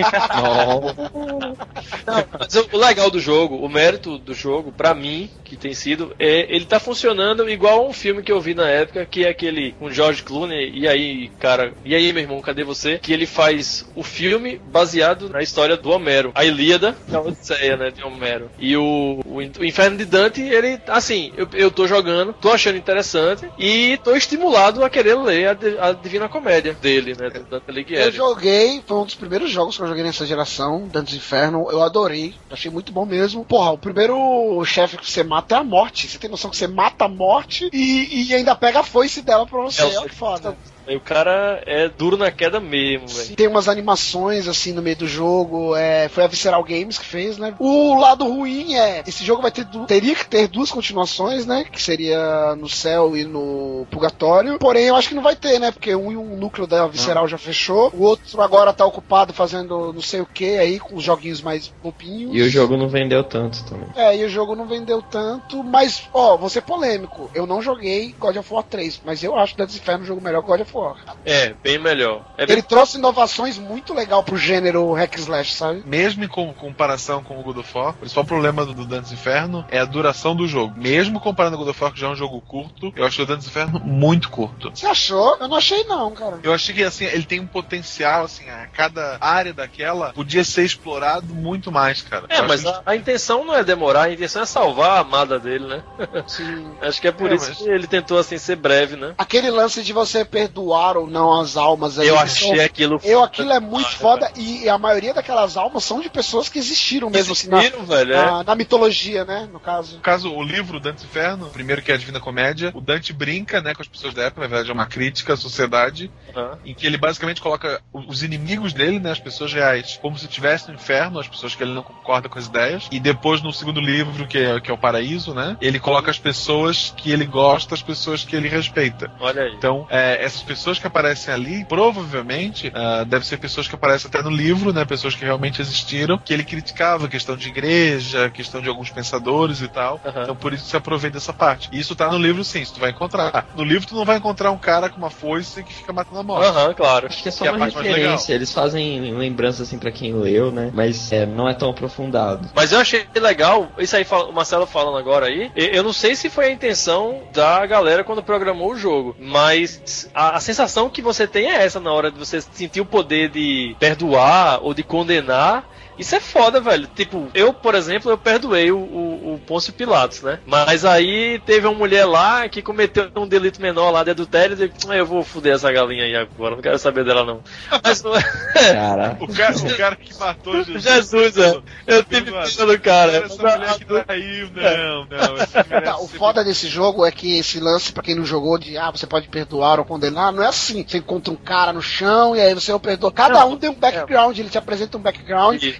Não. Não, mas o legal do jogo, o mérito do jogo, pra mim, que tem sido, é ele tá funcionando igual a um filme que eu vi na época, que é aquele com George Clooney, e aí, cara, e aí, meu irmão, cadê você? Que ele faz o filme baseado na história do Homero, a Ilíada, a Odisseia, né, de Homero. E o, o, o Inferno de Dante, ele, assim, eu, eu tô jogando, tô achando interessante, e tô estimulado a querer ler a, a Divina Comédia dele, né, do Dante Alighieri. Eu joguei, foi um dos primeiros jogos que eu joguei nessa geração, Dantes Inferno, eu adorei, achei muito bom mesmo. Porra, o primeiro chefe que você mata é a morte, você tem noção que você mata a morte e, e ainda pega a foice dela pra você, é, é foda. E o cara é duro na queda mesmo, velho. Tem umas animações assim no meio do jogo. É, foi a Visceral Games que fez, né? O lado ruim é, esse jogo vai ter teria que ter duas continuações, né? Que seria no céu e no purgatório. Porém, eu acho que não vai ter, né? Porque um, um núcleo da Visceral já fechou. O outro agora tá ocupado fazendo não sei o que aí, com os joguinhos mais bobinhos. E o jogo não vendeu tanto também. É, e o jogo não vendeu tanto. Mas, ó, vou ser polêmico. Eu não joguei God of War três, mas eu acho Dantes Inferno um jogo melhor que God of War. É, bem melhor. É bem... Ele trouxe inovações muito legal pro gênero hack slash, sabe? Mesmo com comparação com o God of War, o principal problema do, do Dantes Inferno é a duração do jogo. Mesmo comparando o God of War, que já é um jogo curto, eu acho o Dantes Inferno muito curto. Você achou? Eu não achei não, cara. Eu achei que, assim, ele tem um potencial, assim, a cada área daquela podia ser explorado muito mais, cara. É, eu mas a, a intenção não é demorar, a intenção é salvar a amada dele, né? Sim. Acho que é por é, isso mas... que ele tentou, assim, ser breve, né? Aquele lance de você perdoar ou não as almas aí. Eu achei então, aquilo Eu aquilo é muito foda e a maioria daquelas almas são de pessoas que existiram mesmo existiram, assim na, velho, na, é. na mitologia, né, no caso. No caso, o livro Dantes Inferno, primeiro que é a Divina Comédia, o Dante brinca, né, com as pessoas da época, na verdade é uma crítica à sociedade, uhum. em que ele basicamente coloca os inimigos dele, né, as pessoas reais, como se estivessem no inferno, as pessoas que ele não concorda com as ideias, e depois no segundo livro, que é, que é o Paraíso, né, ele coloca as pessoas que ele gosta, as pessoas que ele respeita. Olha aí. Então, é, essas pessoas que aparecem ali, provavelmente, uh, devem ser pessoas que aparecem até no livro, né? Pessoas que realmente existiram, que ele criticava, questão de igreja, questão de alguns pensadores e tal. Uhum. Então por isso se aproveita dessa parte. E isso tá no livro sim, isso tu vai encontrar. No livro tu não vai encontrar um cara com uma foice que fica matando a morte. Aham, uhum, claro. Acho que é só que uma é referência, eles fazem lembrança assim pra quem leu, né? Mas é, não é tão aprofundado. Mas eu achei legal, isso aí o Marcelo falando agora aí, eu não sei se foi a intenção da galera quando programou o jogo, mas a, a sensação que você tem é essa na hora de você sentir o poder de perdoar ou de condenar. Isso é foda, velho. Tipo, eu, por exemplo, eu perdoei o, o, o Pôncio Pilatos, né? Mas aí teve uma mulher lá que cometeu um delito menor lá de adultério e eu, eu vou foder essa galinha aí agora, não quero saber dela não. Mas cara. o, cara o cara que matou Jesus. Jesus, é. Eu tive pena do cara. Essa mulher que traiu, não, não. não o foda desse jogo é que esse lance, pra quem não jogou, de ah, você pode perdoar ou condenar, não é assim. Você encontra um cara no chão e aí você o perdoa. Cada um tem um background, ele te apresenta um background.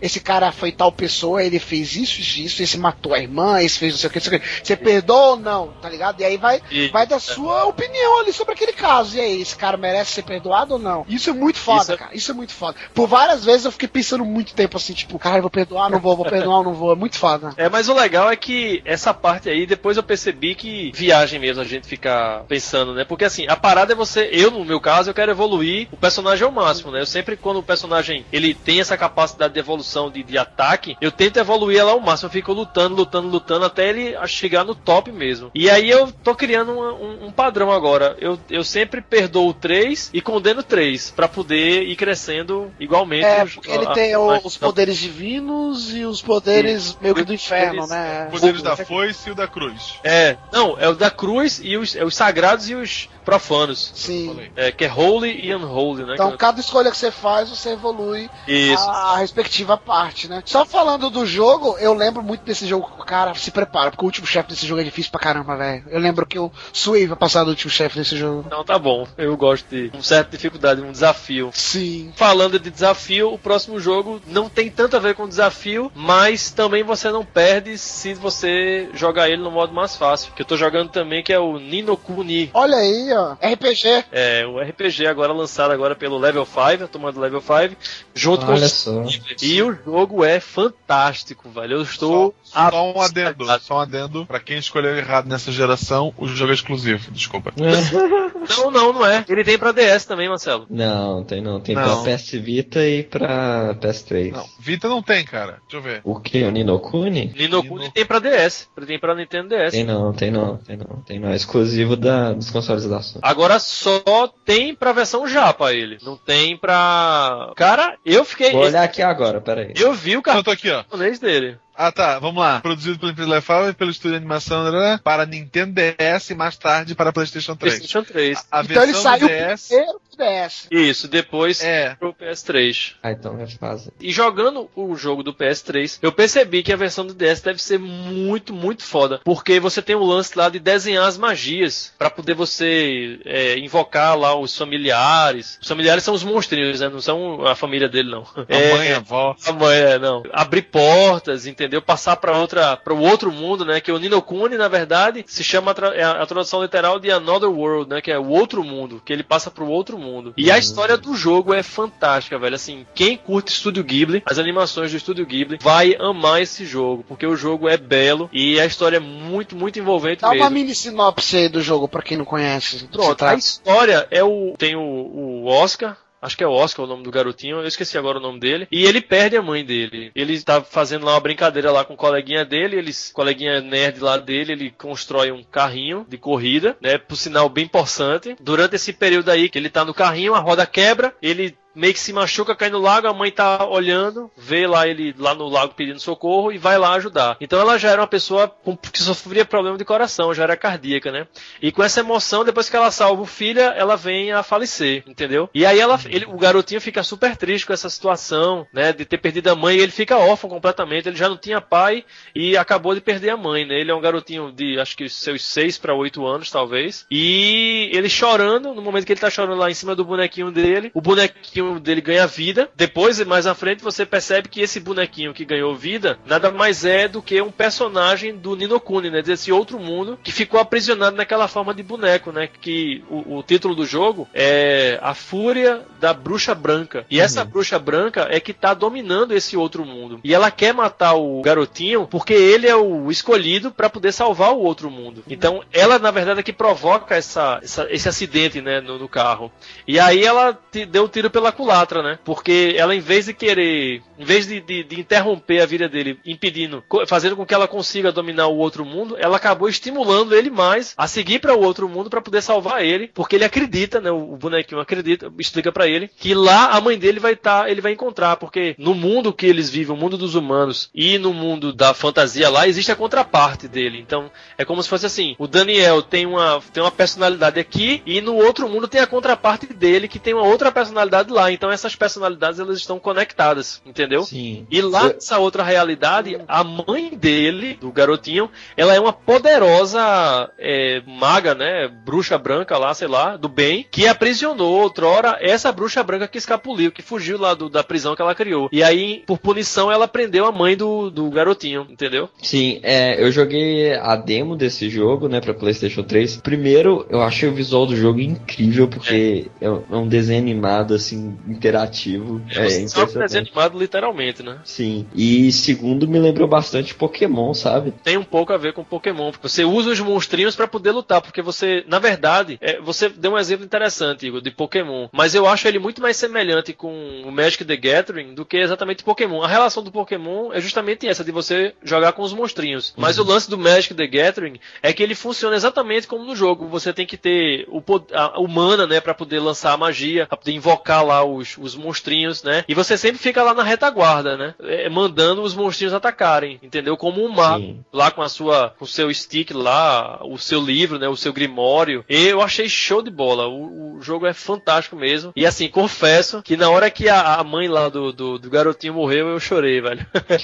esse cara foi tal pessoa, ele fez isso, isso, isso, esse matou a irmã, esse fez não sei o que, não sei o que. Você perdoa ou não, tá ligado? E aí vai, E- vai da sua opinião ali sobre aquele caso. E aí, esse cara merece ser perdoado ou não? Isso é muito foda, Isso é- cara. Isso é muito foda. Por várias vezes eu fiquei pensando muito tempo assim, tipo, cara, eu vou perdoar, não vou, vou perdoar, não vou. É muito foda. É, mas o legal é que essa parte aí, depois eu percebi que viagem mesmo a gente ficar pensando, né? Porque assim, a parada é você, eu no meu caso, eu quero evoluir o personagem ao máximo, né? Eu sempre, quando o personagem, ele tem essa capacidade de evolução de, de ataque, eu tento evoluir ela ao máximo, eu fico lutando, lutando, lutando, até ele chegar no top mesmo. E aí eu tô criando um, um, um padrão agora, eu, eu sempre perdoo três e condeno três, pra poder ir crescendo igualmente. É, os- porque ele a- tem a- o- a- os poderes divinos e os poderes meio que do inferno, né? Poderes da foice e o da cruz. É, não, é o da cruz e os, é os sagrados e os profanos. Sim. É, que é holy e unholy, né? Então, Que- cada escolha que você faz, você evolui Isso. a, a respectiva parte, né? Só falando do jogo, eu lembro muito desse jogo. Cara, se prepara, porque o último chefe desse jogo é difícil pra caramba, velho. Eu lembro que eu suei pra passar do último chefe desse jogo. Não, tá bom. Eu gosto de uma certa dificuldade, um desafio. Sim. Falando de desafio, o próximo jogo não tem tanto a ver com desafio, mas também você não perde se você jogar ele no modo mais fácil. Que eu tô jogando também, que é o Ni no Kuni. Olha aí, ó. R P G. É, o R P G agora lançado agora pelo Level cinco, a turma do Level cinco, junto com Olha os... só. E o jogo é fantástico, velho. Eu estou... Só, só um adendo, só um adendo. Pra quem escolheu errado nessa geração, o jogo é exclusivo, desculpa. Não, não, não é. Ele tem pra D S também, Marcelo. Não, tem não. Tem Não. pra P S Vita e pra P S três. Não, Vita não tem, cara. Deixa eu ver. O que? O Ni no Kuni? Ni no Kuni tem pra D S. Ele tem pra Nintendo D S. Tem não, tem não, tem não. Tem não. É exclusivo da, dos consoles da Sony. Agora só tem pra versão japa ele. Não tem pra... Cara, eu fiquei... Vou olhar aqui agora, peraí. Eu vi o Eu tô aqui, ó. cartunês dele. Ah, tá, vamos lá. Produzido pela empresa Lefal e pelo estúdio de animação né, para Nintendo D S e mais tarde para PlayStation três. PlayStation três. A Então ele versão saiu do D S primeiro pro D S. Isso, depois é pro P S três. Ah, então é fase. E jogando o jogo do P S três, eu percebi que a versão do D S deve ser muito, muito foda. Porque você tem o lance lá de desenhar as magias pra poder você é, invocar lá os familiares. Os familiares são os monstrinhos, né? Não são a família dele, não. a mãe, a avó. A mãe, é, não. Abrir portas, entendeu? Passar pra outra, para o outro mundo, né? Que o Ni no Kuni, na verdade, se chama a, é a tradução literal de Another World, né? Que é o outro mundo, que ele passa pro outro mundo. E a história do jogo é fantástica, velho. Assim, quem curte Estúdio Ghibli, as animações do Estúdio Ghibli, vai amar esse jogo, porque o jogo é belo e a história é muito, muito envolvente Dá mesmo. uma mini sinopse aí do jogo, pra quem não conhece. Pronto, a história é o... Tem o, o Oscar... Acho que é o Oscar o nome do garotinho, eu esqueci agora o nome dele. E ele perde a mãe dele. Ele tá fazendo lá uma brincadeira lá com o coleguinha dele, eles, coleguinha nerd lá dele, ele constrói um carrinho de corrida, né? Por sinal bem possante. Durante esse período aí que ele tá no carrinho, a roda quebra, ele meio que se machuca, cai no lago, a mãe tá olhando, vê lá ele lá no lago pedindo socorro e vai lá ajudar. Então ela já era uma pessoa com, que sofria problema de coração, já era cardíaca, né? E com essa emoção, depois que ela salva o filho, ela vem a falecer, entendeu? E aí ela, ele, o garotinho fica super triste com essa situação, né? De ter perdido a mãe, e ele fica órfão completamente, ele já não tinha pai e acabou de perder a mãe, né? Ele é um garotinho de, acho que seus seis para oito anos, talvez. E ele chorando, no momento que ele tá chorando lá em cima do bonequinho dele, o bonequinho dele ganha vida. Depois, mais à frente, você percebe que esse bonequinho que ganhou vida nada mais é do que um personagem do Ni no Kuni, né? Desse outro mundo que ficou aprisionado naquela forma de boneco, né? Que o, o título do jogo é A Fúria da Bruxa Branca. E uhum. essa bruxa branca é que tá dominando esse outro mundo. E ela quer matar o garotinho porque ele é o escolhido para poder salvar o outro mundo. Então, ela, na verdade, é que provoca essa, essa, esse acidente, né? No, no carro. E aí ela te deu o tiro pela culatra, né? Porque ela, em vez de querer, em vez de, de, de interromper a vida dele, impedindo, fazendo com que ela consiga dominar o outro mundo, ela acabou estimulando ele mais a seguir para o outro mundo para poder salvar ele, porque ele acredita, né? O bonequinho acredita, explica para ele que lá a mãe dele vai estar, tá, ele vai encontrar, porque no mundo que eles vivem, o mundo dos humanos e no mundo da fantasia lá, existe a contraparte dele. Então, é como se fosse assim, o Daniel tem uma, tem uma personalidade aqui e no outro mundo tem a contraparte dele, que tem uma outra personalidade lá. lá. Então essas personalidades, elas estão conectadas, entendeu? Sim. E lá Eu- nessa outra realidade, a mãe dele, do garotinho, ela é uma poderosa é, maga, né? Bruxa branca lá, sei lá, do bem, que aprisionou outrora essa bruxa branca que escapuliu, que fugiu lá do, da prisão que ela criou. E aí, por punição, ela prendeu a mãe do, do garotinho, entendeu? Sim, é, eu joguei a demo desse jogo, né, pra PlayStation três. Primeiro, eu achei o visual do jogo incrível, porque é, um- é um desenho animado, assim, interativo. É, Você sabe o impressionante. desenho animado literalmente, né? Sim. E segundo, me lembrou bastante Pokémon, sabe? Tem um pouco a ver com Pokémon. Você usa os monstrinhos pra poder lutar, porque você, na verdade, é, você deu um exemplo interessante, Igor, de Pokémon, mas eu acho ele muito mais semelhante com o Magic the Gathering do que exatamente Pokémon. A relação do Pokémon é justamente essa, de você jogar com os monstrinhos. Mas o lance do Magic the Gathering é que ele funciona exatamente como no jogo. Você tem que ter o, pod- a, o mana, né, pra poder lançar a magia, pra poder invocar lá os, os monstrinhos, né? E você sempre fica lá na retaguarda, né? É, mandando os monstrinhos atacarem, entendeu? Como um mago, Sim. lá com a sua, com o seu stick lá, o seu livro, né? O seu grimório. E eu achei show de bola. O, o jogo é fantástico mesmo. E assim, confesso que na hora que a, a mãe lá do, do, do garotinho morreu, eu chorei, velho.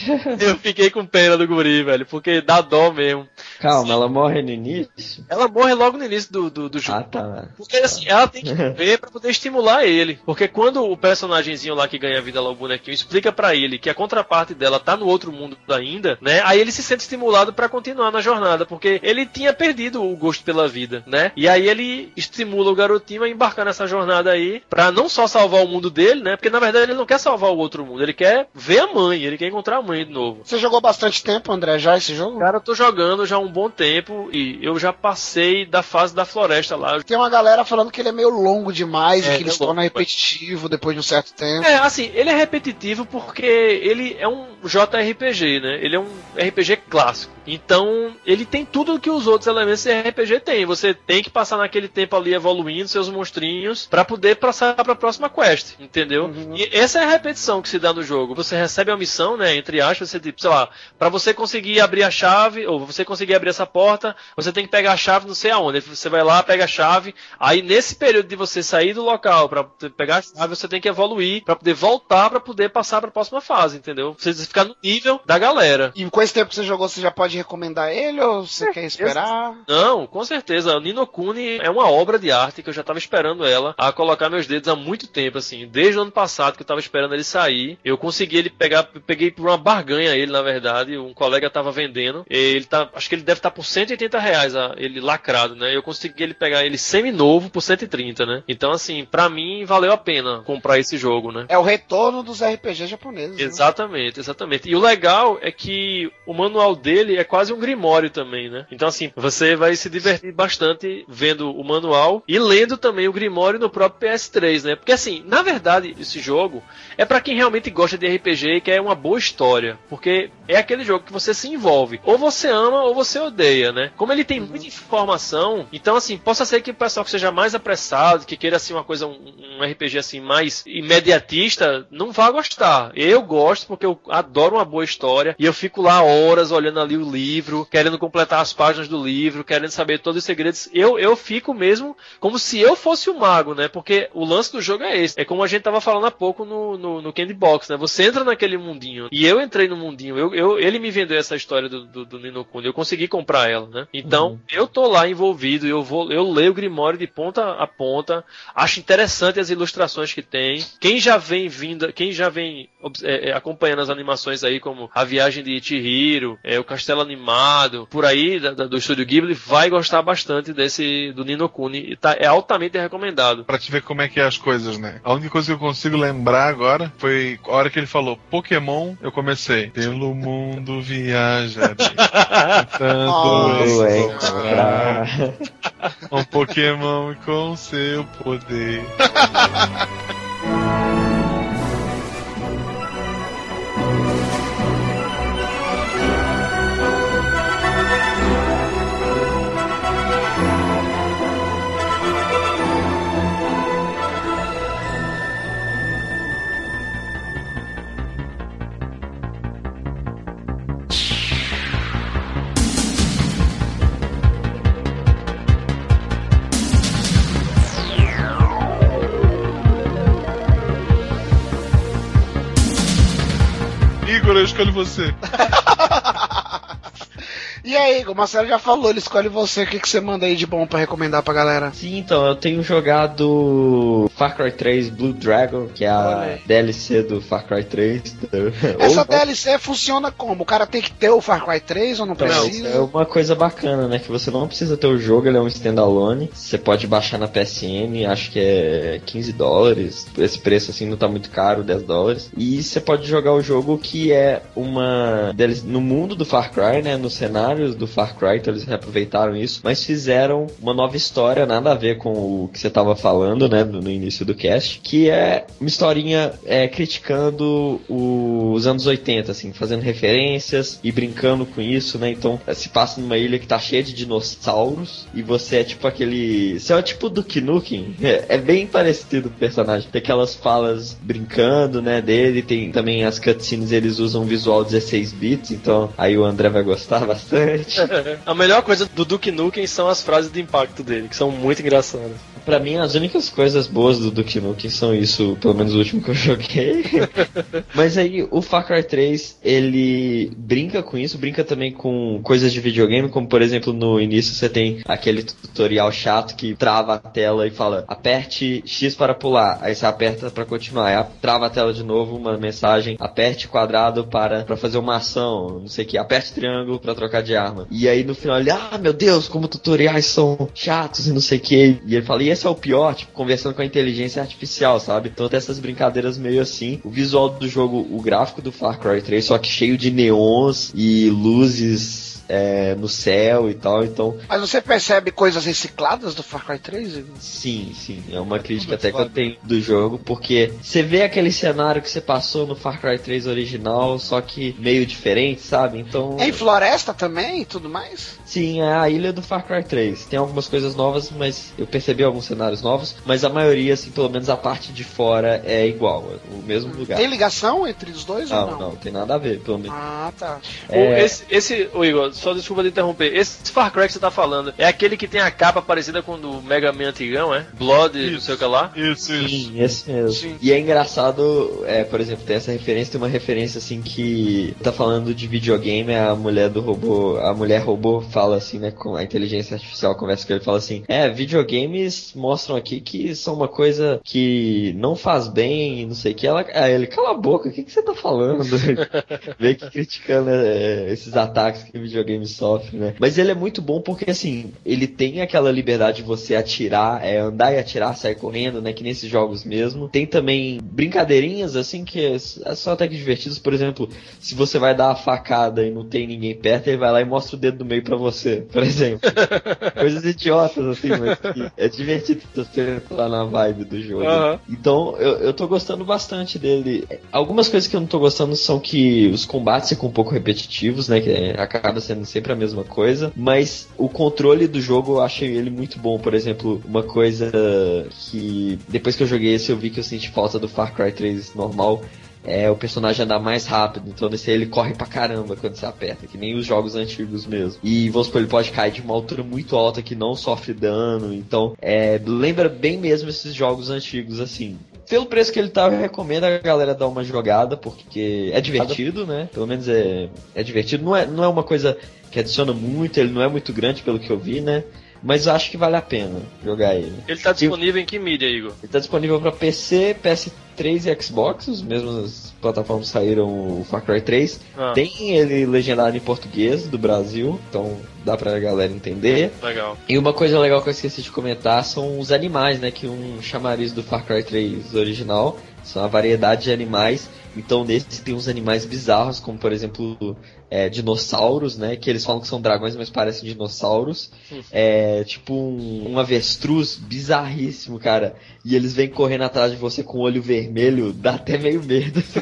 Eu fiquei com pena do guri, velho, porque dá dó mesmo. Calma, ela morre no início? Ela morre logo no início do, do, do jogo. Ah, tá. Porque assim, ela tem que ver pra poder estimular ele. Porque quando o personagemzinho lá que ganha vida lá, o bonequinho, explica pra ele que a contraparte dela tá no outro mundo ainda, né? Aí ele se sente estimulado pra continuar na jornada, porque ele tinha perdido o gosto pela vida, né? E aí ele estimula o garotinho a embarcar nessa jornada aí, pra não só salvar o mundo dele, né? Porque na verdade ele não quer salvar o outro mundo, ele quer ver a mãe, ele quer encontrar a mãe de novo. Você jogou bastante tempo, André, já esse jogo? Cara, eu tô jogando já há um bom tempo e eu já passei da fase da floresta lá. Tem uma galera falando que ele é meio longo demais É, e que ele é se torna longo, repetitivo depois de um certo tempo. É, assim, ele é repetitivo porque ele é um J R P G, né? Ele é um R P G clássico. Então, ele tem tudo que os outros elementos de R P G têm. Você tem que passar naquele tempo ali evoluindo seus monstrinhos pra poder passar pra próxima quest, entendeu? Uhum. E essa é a repetição que se dá no jogo. Você recebe a missão, né? Entre aspas, você tipo, sei lá, pra você conseguir abrir a chave, ou você conseguir abrir essa porta, você tem que pegar a chave não sei aonde. Aí você vai lá, pega a chave. Aí nesse período de você sair do local pra pegar a chave, você tem que evoluir pra poder voltar pra poder passar pra próxima fase, entendeu? Você ficar no nível da galera. E com esse tempo que você jogou, você já pode recomendar ele ou você quer esperar? Não, com certeza. O Ni no Kuni é uma obra de arte que eu já tava esperando ela a colocar meus dedos há muito tempo, assim. Desde o ano passado que eu tava esperando ele sair. Eu consegui ele pegar, peguei por uma barganha ele, na verdade. Um colega tava vendendo. Ele tá, acho que ele deve estar tá por cento e oitenta reais, ele lacrado, né? Eu consegui ele pegar ele semi-novo por cento e trinta, né? Então, assim, pra mim valeu a pena comprar esse jogo, né? É o retorno dos R P Gs japoneses. Né? Exatamente, exatamente. E o legal é que o manual dele é quase um grimório também, né? Então, assim, você vai se divertir bastante vendo o manual e lendo também o grimório no próprio P S três, né? Porque, assim, na verdade, esse jogo é pra quem realmente gosta de R P G e quer uma boa história. Porque é aquele jogo que você se envolve. Ou você ama ou você odeia, né? Como ele tem muita informação, então, assim, possa ser que o pessoal que seja mais apressado, que queira, assim, uma coisa, um, um R P G, assim, mais imediatista, não vá gostar. Eu gosto porque eu adoro uma boa história e eu fico lá horas olhando ali o livro, querendo completar as páginas do livro, querendo saber todos os segredos. Eu, eu fico mesmo como se eu fosse o mago, né? Porque o lance do jogo é esse. É como a gente tava falando há pouco no, no, no Candy Box, né? Você entra naquele mundinho. E eu entrei no mundinho. Eu, eu, ele me vendeu essa história do, do, do Ni no Kuni. Eu consegui comprar ela, né? Então, uhum. eu tô lá envolvido. Eu vou, eu leio o Grimório de ponta a ponta. Acho interessante as ilustrações que tem. Quem já vem vindo, quem já vem é, acompanhando as animações aí, como A Viagem de Chihiro, é, o Castelo Animado, por aí, da, da, do Estúdio Ghibli, vai gostar bastante desse, do Ni no Kuni. E tá, é altamente recomendado. Pra te ver como é que é as coisas, né? A única coisa que eu consigo lembrar agora foi a hora que ele falou Pokémon, eu comecei. Pelo mundo viajarei. Tanto encontrar um Pokémon com seu poder. eu escolho você. E aí, o Marcelo já falou, ele escolhe você, o que, que você manda aí de bom pra recomendar pra galera? Sim, então, eu tenho jogado Far Cry três Blue Dragon, que é a D L C do Far Cry três. Essa ou... D L C funciona como? O cara tem que ter o Far Cry três ou não precisa? Não, é uma coisa bacana, né, que você não precisa ter o jogo, ele é um standalone, você pode baixar na P S N, acho que é quinze dólares, esse preço assim não tá muito caro, dez dólares, e você pode jogar o jogo que é uma D L C no mundo do Far Cry, né, no cenário do Far Cry, então eles reaproveitaram isso, mas fizeram uma nova história, nada a ver com o que você estava falando, né, no início do cast, que é uma historinha é, criticando o, os anos oitenta, assim, fazendo referências e brincando com isso, né, então se passa numa ilha que tá cheia de dinossauros e você é tipo aquele... Você é tipo do Duke Nukem, é, é bem parecido com o personagem, tem aquelas falas brincando, né, dele, tem também as cutscenes, eles usam um visual dezesseis bits, então aí o André vai gostar bastante. A melhor coisa do Duke Nukem são as frases de impacto dele, que são muito engraçadas. Pra mim, as únicas coisas boas do Duke Nukem são isso, pelo menos o último que eu joguei. Mas aí, o Far Cry três, ele brinca com isso, brinca também com coisas de videogame, como por exemplo, no início você tem aquele tutorial chato que trava a tela e fala, aperte X para pular, aí você aperta pra continuar, aí trava a tela de novo, uma mensagem, aperte quadrado para, para fazer uma ação, não sei o que, aperte triângulo pra trocar de arma. E aí no final ele, ah, meu Deus, como tutoriais são chatos e não sei o que. E ele fala, e esse é o pior, tipo, conversando com a inteligência artificial, sabe? Então tem essas brincadeiras meio assim. O visual do jogo, o gráfico do Far Cry três, só que cheio de neons e luzes É, no céu e tal, então... Mas você percebe coisas recicladas do Far Cry três? Sim, sim, é uma crítica até que eu tenho do jogo, porque você vê aquele cenário que você passou no Far Cry três original, só que meio diferente, sabe? Então... É em floresta também e tudo mais? Sim, é a ilha do Far Cry três. Tem algumas coisas novas, mas eu percebi alguns cenários novos, mas a maioria, assim, pelo menos a parte de fora é igual, é o mesmo lugar. Tem ligação entre os dois não, ou não? Não, tem nada a ver, pelo menos. Ah, tá. É... O, esse, esse, o Igor, só desculpa de interromper. Esse Far Cry que você tá falando é aquele que tem a capa parecida com o do Mega Man antigão, é? Blood, isso, não sei o que lá? Isso, isso. Sim, esse mesmo. Sim. E é engraçado, é, por exemplo, tem essa referência, tem uma referência assim que tá falando de videogame, a mulher do robô, a mulher robô fala assim, né, com a inteligência artificial conversa com ele e fala assim, é, videogames mostram aqui que são uma coisa que não faz bem e não sei o que. Ela, aí ele, cala a boca, o que, que você tá falando? Meio que criticando é, esses ataques que videogames sofre, né? Mas ele é muito bom porque, assim, ele tem aquela liberdade de você atirar, é, andar e atirar, sair correndo, né? Que nesses jogos mesmo. Tem também brincadeirinhas, assim, que são até que divertidas. Por exemplo, se você vai dar a facada e não tem ninguém perto, ele vai lá e mostra o dedo do meio pra você, por exemplo. Coisas idiotas, assim, mas que é divertido você entrar na vibe do jogo. Uhum. Então, eu, eu tô gostando bastante dele. Algumas coisas que eu não tô gostando são que os combates ficam um pouco repetitivos, né? Que é, acaba sendo sempre a mesma coisa, mas o controle do jogo eu achei ele muito bom. Por exemplo, uma coisa que depois que eu joguei esse eu vi que eu senti falta do Far Cry três normal é o personagem andar mais rápido, então nesse aí ele corre pra caramba quando você aperta, que nem os jogos antigos mesmo. E vamos supor, ele pode cair de uma altura muito alta que não sofre dano, então é, lembra bem mesmo esses jogos antigos assim. Pelo preço que ele tá, eu recomendo a galera dar uma jogada, porque é divertido, né? Pelo menos é, é divertido. Não é, não é uma coisa que adiciona muito, ele não é muito grande pelo que eu vi, né? Mas eu acho que vale a pena jogar ele. Ele tá disponível em que mídia, Igor? Ele tá disponível pra P C, P S três e Xbox, as mesmas plataformas saíram o Far Cry três. Ah. Tem ele legendado em português do Brasil, então dá pra galera entender. Legal. E uma coisa legal que eu esqueci de comentar são os animais, né? Que um chamariz do Far Cry três original são a variedade de animais. Então nesse tem uns animais bizarros, como por exemplo é, dinossauros, né? Que eles falam que são dragões, mas parecem dinossauros. Hum. É tipo um, um avestruz bizarríssimo, cara. E eles vêm correndo atrás de você com o olho vermelho, dá até meio medo. Assim,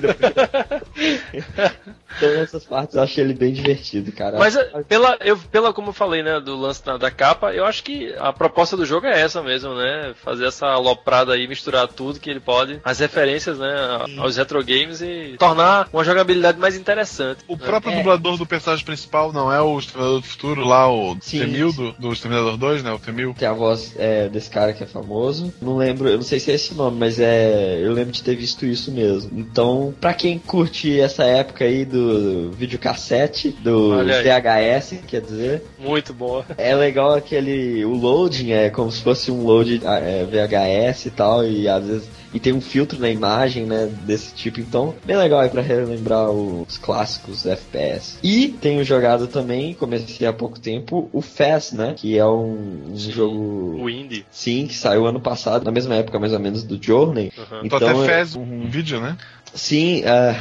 então nessas partes eu achei ele bem divertido, cara. Mas pela, eu, pela como eu falei, né, do lance da, da capa, eu acho que a proposta do jogo é essa mesmo, né? Fazer essa aloprada aí, misturar tudo que ele pode, as referências, né, aos retro games e tornar uma jogabilidade mais interessante. O né? próprio é. dublador do personagem principal não é o Exterminador do Futuro lá, o Temil do, do Exterminador dois, né? O Temil. Tem a voz é, desse cara que é famoso. Não lembro, eu não sei se é esse nome, mas é. Eu lembro de ter visto isso mesmo. Então, pra quem curte de essa época aí do videocassete, do V H S, quer dizer. Muito boa. É legal aquele... O loading é como se fosse um load é, V H S e tal, e às vezes... E tem um filtro na imagem, né, desse tipo. Então, bem legal aí pra relembrar os clássicos F P S. E tenho jogado também, comecei há pouco tempo, o F A S, né, que é um, um jogo... O indie. Sim, que saiu ano passado, na mesma época mais ou menos do Journey. Uhum. Então, tu até fez um vídeo, né? Sim,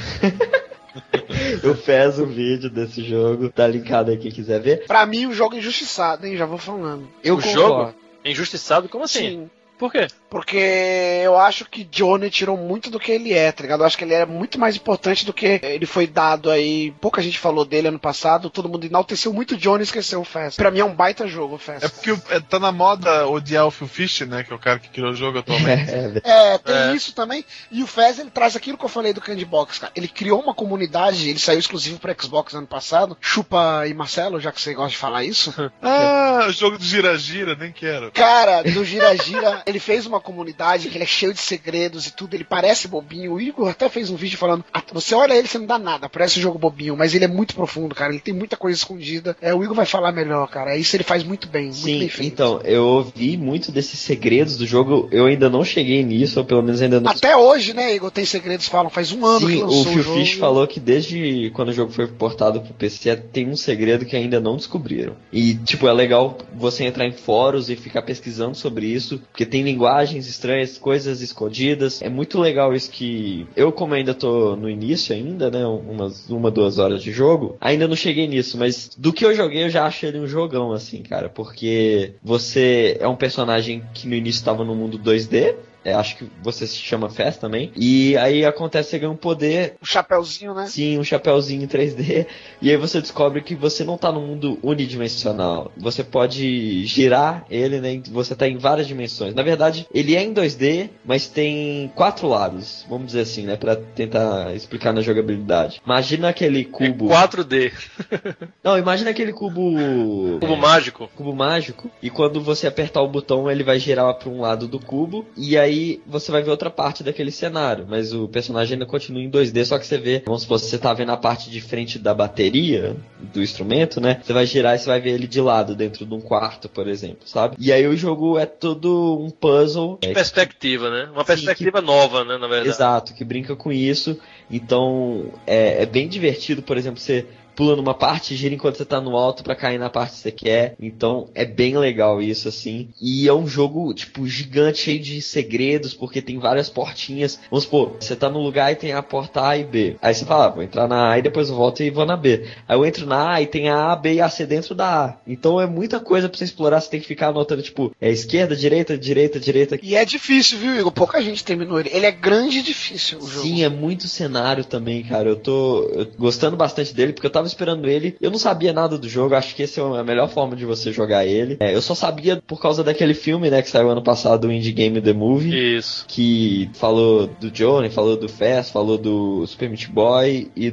uh... eu fiz um vídeo desse jogo, tá linkado aí quem quiser ver. Pra mim o jogo é injustiçado, hein, já vou falando. Eu o concordo. Jogo? Injustiçado? Como assim? Sim. Por quê? Porque eu acho que Johnny tirou muito do que ele é, tá ligado? Eu acho que ele é muito mais importante do que ele foi dado aí. Pouca gente falou dele ano passado, todo mundo enalteceu muito o Johnny e esqueceu o F A S. Pra mim é um baita jogo o F A S. É porque tá na moda odiar o Phil Fish, né? Que é o cara que criou o jogo atualmente. É, tem é. isso também. E o F A S, ele traz aquilo que eu falei do Candy Box, cara. Ele criou uma comunidade, ele saiu exclusivo pro Xbox ano passado. Chupa e Marcelo, já que você gosta de falar isso. Ah, o jogo do Gira-Gira, nem quero. Cara, do Gira-Gira, ele fez uma comunidade que ele é cheio de segredos e tudo, ele parece bobinho. O Igor até fez um vídeo falando, ah, você olha ele, você não dá nada, parece um jogo bobinho, mas ele é muito profundo, cara, ele tem muita coisa escondida. É, o Igor vai falar melhor, cara, isso ele faz muito bem, Sim, muito bem feito. Então, eu ouvi muito desses segredos do jogo, eu ainda não cheguei nisso, ou pelo menos ainda não... Até hoje, né, Igor, tem segredos, falam, faz um ano Sim, que lançou o Phil jogo. Fish falou que desde quando o jogo foi portado pro P C, tem um segredo que ainda não descobriram. E, tipo, é legal você entrar em fóruns e ficar pesquisando sobre isso, porque tem linguagens estranhas, coisas escondidas. É muito legal isso que... Eu, como ainda tô no início ainda, né, umas uma, duas horas de jogo, ainda não cheguei nisso, mas do que eu joguei, eu já achei ele um jogão, assim, cara, porque você é um personagem que no início tava no mundo dois D, É, acho que você se chama F A S também. E aí acontece, você ganha um poder... Um chapéuzinho, né? Sim, um chapéuzinho em três D. E aí você descobre que você não tá no mundo unidimensional. Você pode girar ele, né? Você tá em várias dimensões. Na verdade, ele é em dois D, mas tem quatro lados. Vamos dizer assim, né? Pra tentar explicar na jogabilidade. Imagina aquele cubo... É quatro D. Não, imagina aquele cubo... Cubo é, mágico. Cubo mágico. E quando você apertar o botão, ele vai girar pra um lado do cubo. E aí Aí você vai ver outra parte daquele cenário, mas o personagem ainda continua em dois D, só que você vê, vamos supor, se você tá vendo a parte de frente da bateria do instrumento, né? Você vai girar e você vai ver ele de lado, dentro de um quarto, por exemplo, sabe? E aí o jogo é todo um puzzle. De perspectiva, né? Uma perspectiva que... nova, né, na verdade. Exato, que brinca com isso. Então, é, é bem divertido, por exemplo, você... pula numa parte e gira enquanto você tá no alto pra cair na parte que você quer. Então é bem legal isso, assim. E é um jogo, tipo, gigante, cheio de segredos, porque tem várias portinhas. Vamos supor, você tá no lugar e tem a porta A e B. Aí você fala, ah, vou entrar na A e depois eu volto e vou na B. Aí eu entro na A e tem a A, B e a C dentro da A. Então é muita coisa pra você explorar, você tem que ficar anotando, tipo, é esquerda, direita, direita, direita. E é difícil, viu, Igor? Pouca gente terminou ele. Ele é grande e difícil, o jogo. Sim, é muito cenário também, cara. Eu tô eu, gostando bastante dele, porque eu tava esperando ele, eu não sabia nada do jogo, acho que essa é a melhor forma de você jogar ele. É, eu só sabia por causa daquele filme, né, que saiu ano passado, o Indie Game The Movie. Isso. Que falou do Johnny, falou do F A S, falou do Super Meat Boy e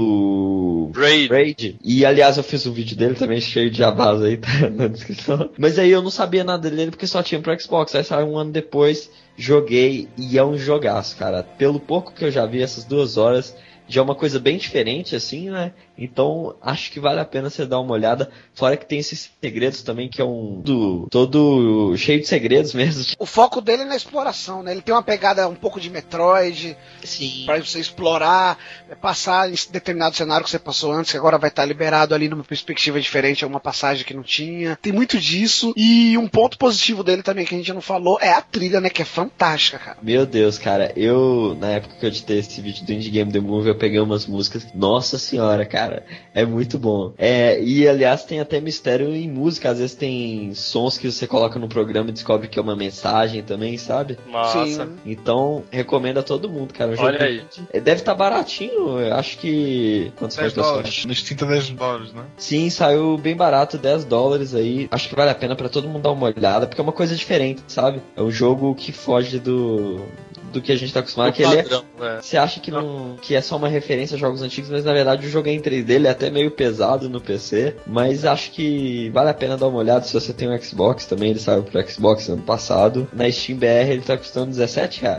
do Braid. Braid. E aliás, eu fiz um vídeo dele também cheio de jabás aí, tá na descrição. Mas aí eu não sabia nada dele porque só tinha pro Xbox. Aí saiu um ano depois, joguei e é um jogaço, cara. Pelo pouco que eu já vi essas duas horas, já é uma coisa bem diferente, assim, né? Então, acho que vale a pena você dar uma olhada. Fora que tem esses segredos também, que é um... Todo, todo cheio de segredos mesmo. O foco dele é na exploração, né? Ele tem uma pegada um pouco de Metroid. Sim. Pra você explorar, passar em determinado cenário que você passou antes, que agora vai estar liberado ali numa perspectiva diferente, é uma passagem que não tinha. Tem muito disso. E um ponto positivo dele também, que a gente não falou, é a trilha, né? Que é fantástica, cara. Meu Deus, cara. Eu, na época que eu editei esse vídeo do Indie Game The Movie, eu peguei umas músicas. Nossa senhora, cara. É muito bom. É, e aliás, tem até mistério em música. Às vezes tem sons que você coloca no programa e descobre que é uma mensagem também, sabe? Massa. Sim. Então, recomendo a todo mundo, cara. Um Olha jogo aí. Que deve estar baratinho. Eu acho que. Quantos dez dólares. No Steam tá dez dólares, né? Sim, saiu bem barato, dez dólares aí. Acho que vale a pena pra todo mundo dar uma olhada, porque é uma coisa diferente, sabe? É um jogo que foge do. do que a gente tá acostumado, que padrão, ele é, né? Você acha que, não, que é só uma referência a jogos antigos, mas na verdade o jogo é em três D, ele é até meio pesado no P C, mas acho que vale a pena dar uma olhada se você tem um Xbox também, ele saiu pro Xbox ano passado. Na Steam B R ele tá custando dezessete reais.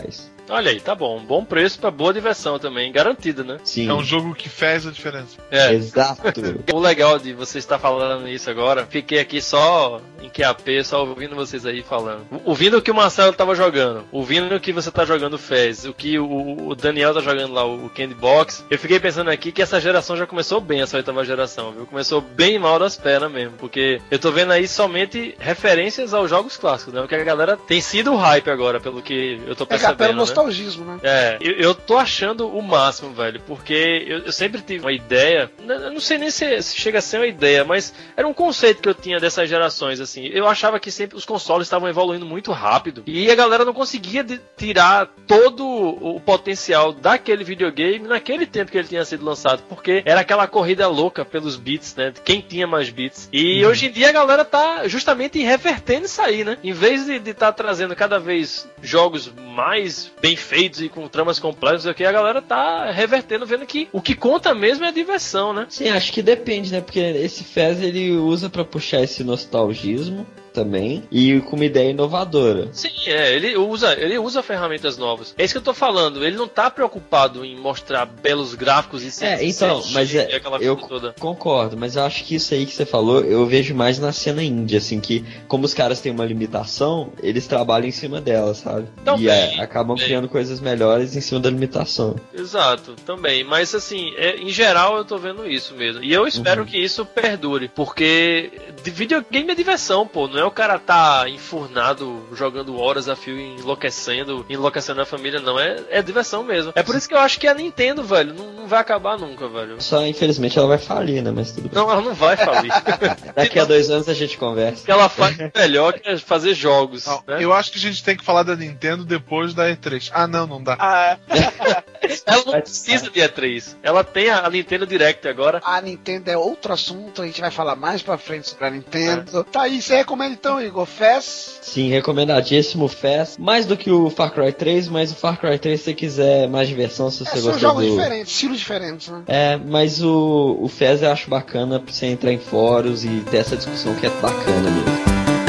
Olha aí, tá bom. Bom preço pra boa diversão também, garantido, né? Sim. É um jogo que faz a diferença. É. Exato. O legal de você estar falando isso agora, fiquei aqui só em Q A P, só ouvindo vocês aí falando. Ouvindo o que o Marcelo tava jogando, ouvindo o que você tá jogando Fez, o que o, o Daniel tá jogando lá, o Candy Box, eu fiquei pensando aqui que essa geração já começou bem, essa oitava geração, viu? Começou bem mal das pernas mesmo, porque eu tô vendo aí somente referências aos jogos clássicos, né? Porque a galera tem sido o hype agora, pelo que eu tô percebendo, é pelo né? nostalgismo, né? É, eu, eu tô achando o máximo, velho, porque eu, eu sempre tive uma ideia, eu não sei nem se, se chega a ser uma ideia, mas era um conceito que eu tinha dessas gerações, assim. Eu achava que sempre os consoles estavam evoluindo muito rápido e a galera não conseguia de, tirar todo o potencial daquele videogame naquele tempo que ele tinha sido lançado, porque era aquela corrida louca pelos bits, né? Quem tinha mais bits. E uhum. hoje em dia a galera tá justamente revertendo isso aí, né? Em vez de estar tá trazendo cada vez jogos mais bem feitos e com tramas complexas, aqui a galera tá revertendo, vendo que o que conta mesmo é a diversão, né? Sim, acho que depende, né? Porque esse Fez ele usa pra puxar esse nostalgismo também e com uma ideia inovadora. Sim, é, ele usa, ele usa ferramentas novas. É isso que eu tô falando, ele não tá preocupado em mostrar belos gráficos e É, então, mas é, eu toda. concordo, mas eu acho que isso aí que você falou, eu vejo mais na cena indie, assim, que como os caras têm uma limitação, eles trabalham em cima dela, sabe? Também, e é, acabam também. criando coisas melhores em cima da limitação. Exato, também, mas assim, é, em geral eu tô vendo isso mesmo, e eu espero uhum. que isso perdure, porque videogame é diversão, pô, não é o cara tá enfurnado, jogando horas a fio, enlouquecendo, enlouquecendo a família, não. É, é diversão mesmo. É por isso que eu acho que a Nintendo, velho, não, não vai acabar nunca, velho. Só, infelizmente, ela vai falir, né? Mas tudo bem. Não, ela não vai falir. Daqui a dois anos a gente conversa. O que ela faz melhor que é fazer jogos. Não, né? Eu acho que a gente tem que falar da Nintendo depois da E três. Ah, não, não dá. Ah, ela não precisa de E três. Ela tem a, a Nintendo Direct agora. A Nintendo é outro assunto, a gente vai falar mais pra frente sobre a Nintendo. É. Tá aí, você recomenda então, Igor? Fez? Sim, recomendadíssimo Fez. Mais do que o Far Cry três, mas o Far Cry três, se você quiser mais diversão, se você é, gostar do... São jogos diferentes, estilos diferentes, né? É, mas o, o Fez eu acho bacana pra você entrar em fóruns e ter essa discussão que é bacana mesmo.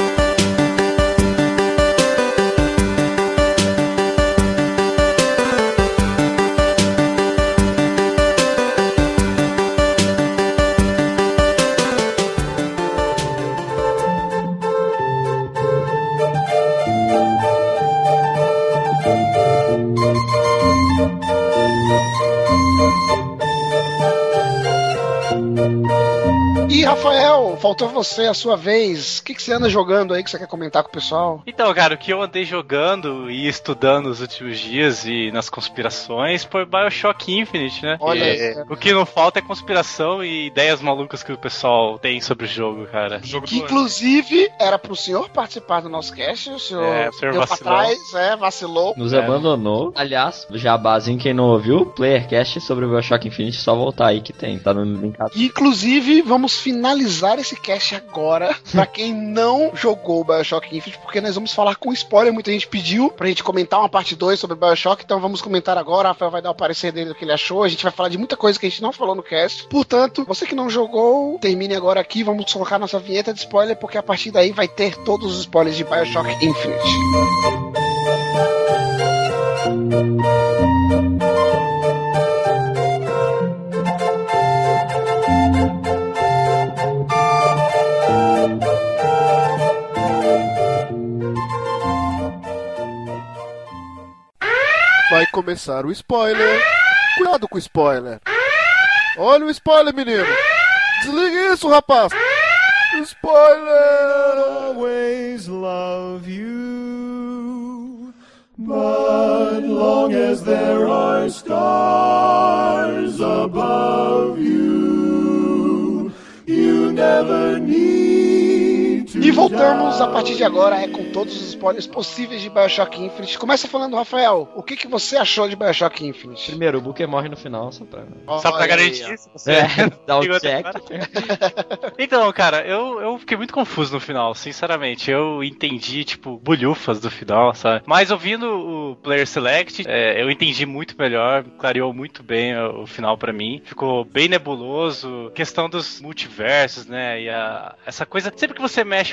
Rafael, faltou você, a sua vez. O que, que você anda jogando aí que você quer comentar com o pessoal? Então, cara, o que eu andei jogando e estudando nos últimos dias e nas conspirações foi BioShock Infinite, né? Olha e, o que não falta é conspiração e ideias malucas que o pessoal tem sobre o jogo, cara. O jogo que, inclusive, era pro senhor participar do nosso cast, o senhor, é, o senhor deu vacilou. pra trás, é, vacilou. Nos é. abandonou. Aliás, jabazinho, quem não ouviu, Playercast sobre o BioShock Infinite, só voltar aí que tem, tá no linkado. Inclusive, vamos finalizar esse cast agora, pra quem não jogou o BioShock Infinite, porque nós vamos falar com spoiler, muita gente pediu pra gente comentar uma parte dois sobre o BioShock, então vamos comentar agora, o Rafael vai dar o parecer dele do que ele achou, a gente vai falar de muita coisa que a gente não falou no cast, portanto, você que não jogou, termine agora aqui, vamos colocar nossa vinheta de spoiler, porque a partir daí vai ter todos os spoilers de BioShock Infinite. Vai começar o spoiler. Cuidado com o spoiler. Olha o spoiler, menino. Desliga isso, rapaz. Spoiler. Always love you, but long as there are stars above you, you never need. E voltamos a partir de agora é com todos os spoilers possíveis de BioShock Infinite. Começa falando, Rafael, o que, que você achou de BioShock Infinite? Primeiro, o Booker morre no final, só pra... Só pra garantir se você... É, dá o check. Então, cara, eu, eu fiquei muito confuso no final, sinceramente. Eu entendi, tipo, bolhufas do final, sabe? Mas ouvindo o Player Select, é, eu entendi muito melhor, clareou muito bem o, o final pra mim. Ficou bem nebuloso, questão dos multiversos, né? E a, essa coisa, sempre que você mexe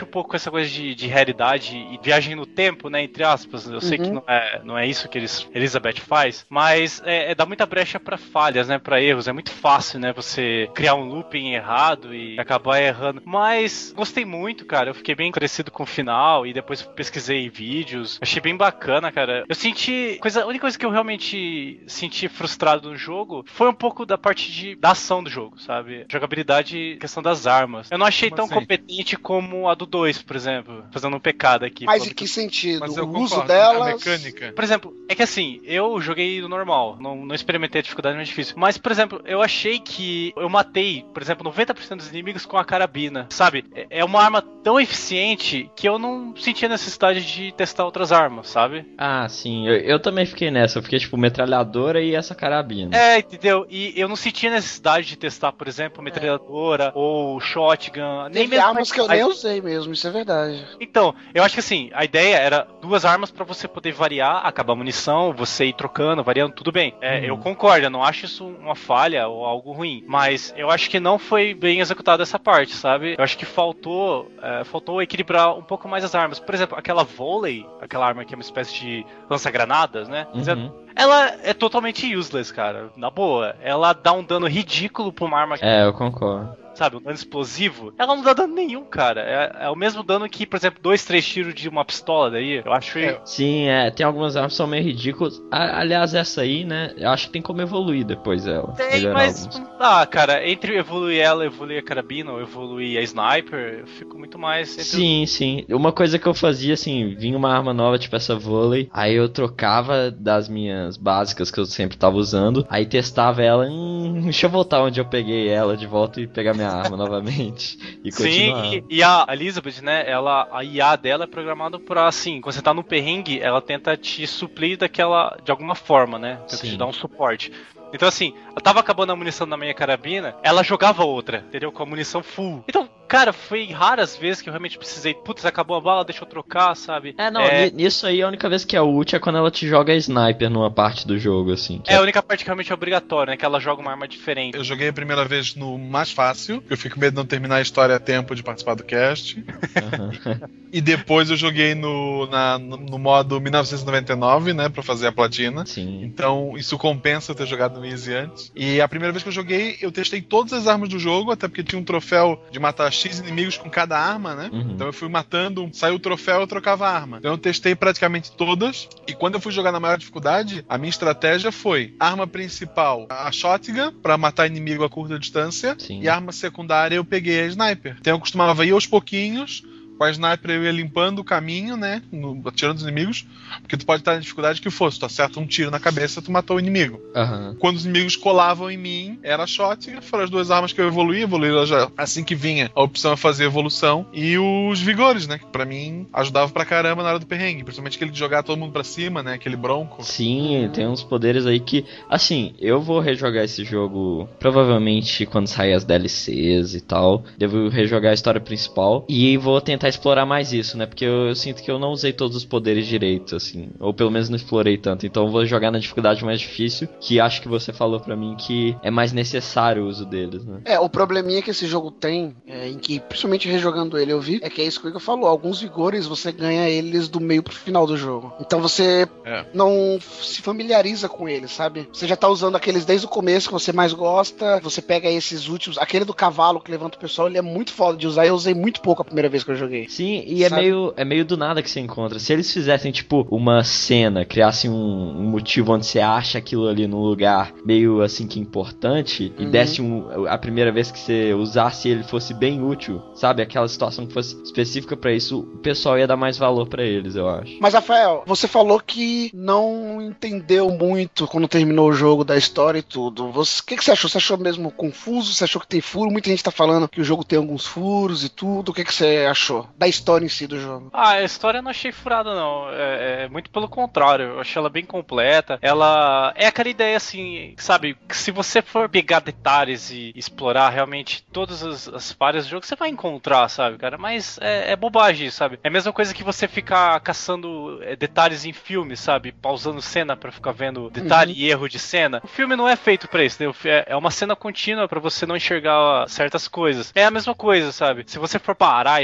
mexe um pouco com essa coisa de, de realidade e viagem no tempo, né, entre aspas. Eu uhum. sei que não é, não é isso que eles, Elizabeth faz, mas é, é dá muita brecha pra falhas, né, pra erros. É muito fácil, né, você criar um looping errado e acabar errando. Mas gostei muito, cara. Eu fiquei bem crescido com o final e depois pesquisei vídeos. Achei bem bacana, cara. Eu senti... Coisa, a única coisa que eu realmente senti frustrado no jogo foi um pouco da parte de, da ação do jogo, sabe? Jogabilidade, questão das armas. Eu não achei como tão assim? competente como a do dois, por exemplo. Fazendo um pecado aqui. Mas em que sentido? Mas o uso concordo, delas... A mecânica. Por exemplo, é que assim, eu joguei no normal. Não, não experimentei a dificuldade mais difícil. Mas, por exemplo, eu achei que eu matei, por exemplo, noventa por cento dos inimigos com a carabina, sabe? É uma arma tão eficiente que eu não sentia necessidade de testar outras armas, sabe? Ah, sim. Eu, eu também fiquei nessa. Eu fiquei, tipo, metralhadora e essa carabina. É, entendeu? E eu não sentia necessidade de testar, por exemplo, metralhadora é. ou shotgun. Nem mesmo armas que eu nem usei mesmo, isso é verdade. Então, eu acho que assim, a ideia era duas armas pra você poder variar, acabar a munição, você ir trocando, variando, tudo bem. É, hum. Eu concordo, eu não acho isso uma falha ou algo ruim, mas eu acho que não foi bem executada essa parte, sabe? Eu acho que faltou, é, faltou equilibrar um pouco mais as armas. Por exemplo, aquela volley, aquela arma que é uma espécie de lança-granadas, né? Uhum. Ela é totalmente useless, cara. Na boa. Ela dá um dano ridículo pra uma arma que... É, eu concordo. Sabe, um dano explosivo. Ela não dá dano nenhum, cara. É, é o mesmo dano que, por exemplo, dois, três tiros de uma pistola daí. Eu acho... É. Sim, é. Tem algumas armas que são meio ridículas. A, aliás, essa aí, né? Eu acho que tem como evoluir depois ela. Tem, mas... Ah, cara. Entre evoluir ela, evoluir a carabina ou evoluir a sniper, eu fico muito mais... Entre sim, os... sim. Uma coisa que eu fazia, assim, vinha uma arma nova, tipo essa volley, aí eu trocava das minhas básicas que eu sempre tava usando, aí testava ela, hum, deixa eu voltar onde eu peguei ela de volta e pegar minha arma novamente e continuar. Sim, e, e a Elizabeth, né, ela, a I A dela é programada pra, assim, quando você tá no perrengue, ela tenta te suprir daquela, de alguma forma, né, tenta Sim. te dar um suporte. Então assim, eu tava acabando a munição na minha carabina, ela jogava outra, entendeu? Com a munição full. Então, cara, foi raras vezes que eu realmente precisei, putz, acabou a bala, deixa eu trocar, sabe? É, não, é... nisso aí a única vez que é útil é quando ela te joga a sniper numa parte do jogo, assim. É, é a única parte que realmente é obrigatória, né? Que ela joga uma arma diferente. Eu joguei a primeira vez no mais fácil, eu fico com medo de não terminar a história a tempo de participar do cast. Uhum. E depois eu joguei no, na, no, no modo mil novecentos e noventa e nove, né, pra fazer a platina. Sim. Então isso compensa eu ter jogado no Easy antes. E a primeira vez que eu joguei, eu testei todas as armas do jogo, até porque tinha um troféu de matar X inimigos com cada arma, né? Uhum. Então eu fui matando, saiu o troféu, eu trocava a arma. Então eu testei praticamente todas, e quando eu fui jogar na maior dificuldade, a minha estratégia foi arma principal, a shotgun, pra matar inimigo a curta distância. Sim. E a arma secundária eu peguei a sniper. Então eu costumava ir aos pouquinhos, com a sniper eu ia limpando o caminho, né, no, atirando os inimigos, porque tu pode estar na dificuldade que fosse, tu acerta um tiro na cabeça, tu matou o inimigo. Uhum. Quando os inimigos colavam em mim, era shot, foram as duas armas que eu evoluí, evoluí já assim que vinha a opção a fazer evolução, e os vigores, né, que pra mim ajudava pra caramba na hora do perrengue, principalmente aquele de jogar todo mundo pra cima, né, aquele bronco. Sim, tem uns poderes aí que, assim, eu vou rejogar esse jogo provavelmente quando sair as D L Cs e tal, devo rejogar a história principal, e vou tentar explorar mais isso, né? Porque eu, eu sinto que eu não usei todos os poderes direito, assim. Ou pelo menos não explorei tanto. Então eu vou jogar na dificuldade mais difícil, que acho que você falou pra mim que é mais necessário o uso deles, né? É, o probleminha que esse jogo tem, é, em que, principalmente rejogando ele, eu vi, é que é isso que o Igor falou. Alguns vigores você ganha eles do meio pro final do jogo. Então você é. não se familiariza com eles, sabe? Você já tá usando aqueles desde o começo que você mais gosta, você pega esses últimos. Aquele do cavalo que levanta o pessoal, ele é muito foda de usar. Eu usei muito pouco a primeira vez que eu joguei. Sim, e é meio, é meio do nada que você encontra. Se eles fizessem, tipo, uma cena, criassem um, um motivo onde você acha aquilo ali num lugar meio, assim, que importante, uhum. e desse um, a primeira vez que você usasse ele fosse bem útil, sabe? Aquela situação que fosse específica pra isso, o pessoal ia dar mais valor pra eles, eu acho. Mas, Rafael, você falou que não entendeu muito quando terminou o jogo da história e tudo. O que, que você achou? Você achou mesmo confuso? Você achou que tem furo? Muita gente tá falando que o jogo tem alguns furos e tudo. O que, que você achou da história em si do jogo? Ah, a história eu não achei furada, não. É, é muito pelo contrário. Eu achei ela bem completa. Ela é aquela ideia, assim, sabe? Que se você for pegar detalhes e explorar realmente todas as, as áreas do jogo, você vai encontrar, sabe, cara? Mas é, é bobagem, sabe? É a mesma coisa que você ficar caçando é, detalhes em filmes, sabe? Pausando cena pra ficar vendo detalhe uhum. e erro de cena. O filme não é feito pra isso, né? É uma cena contínua pra você não enxergar certas coisas. É a mesma coisa, sabe? Se você for parar e realmente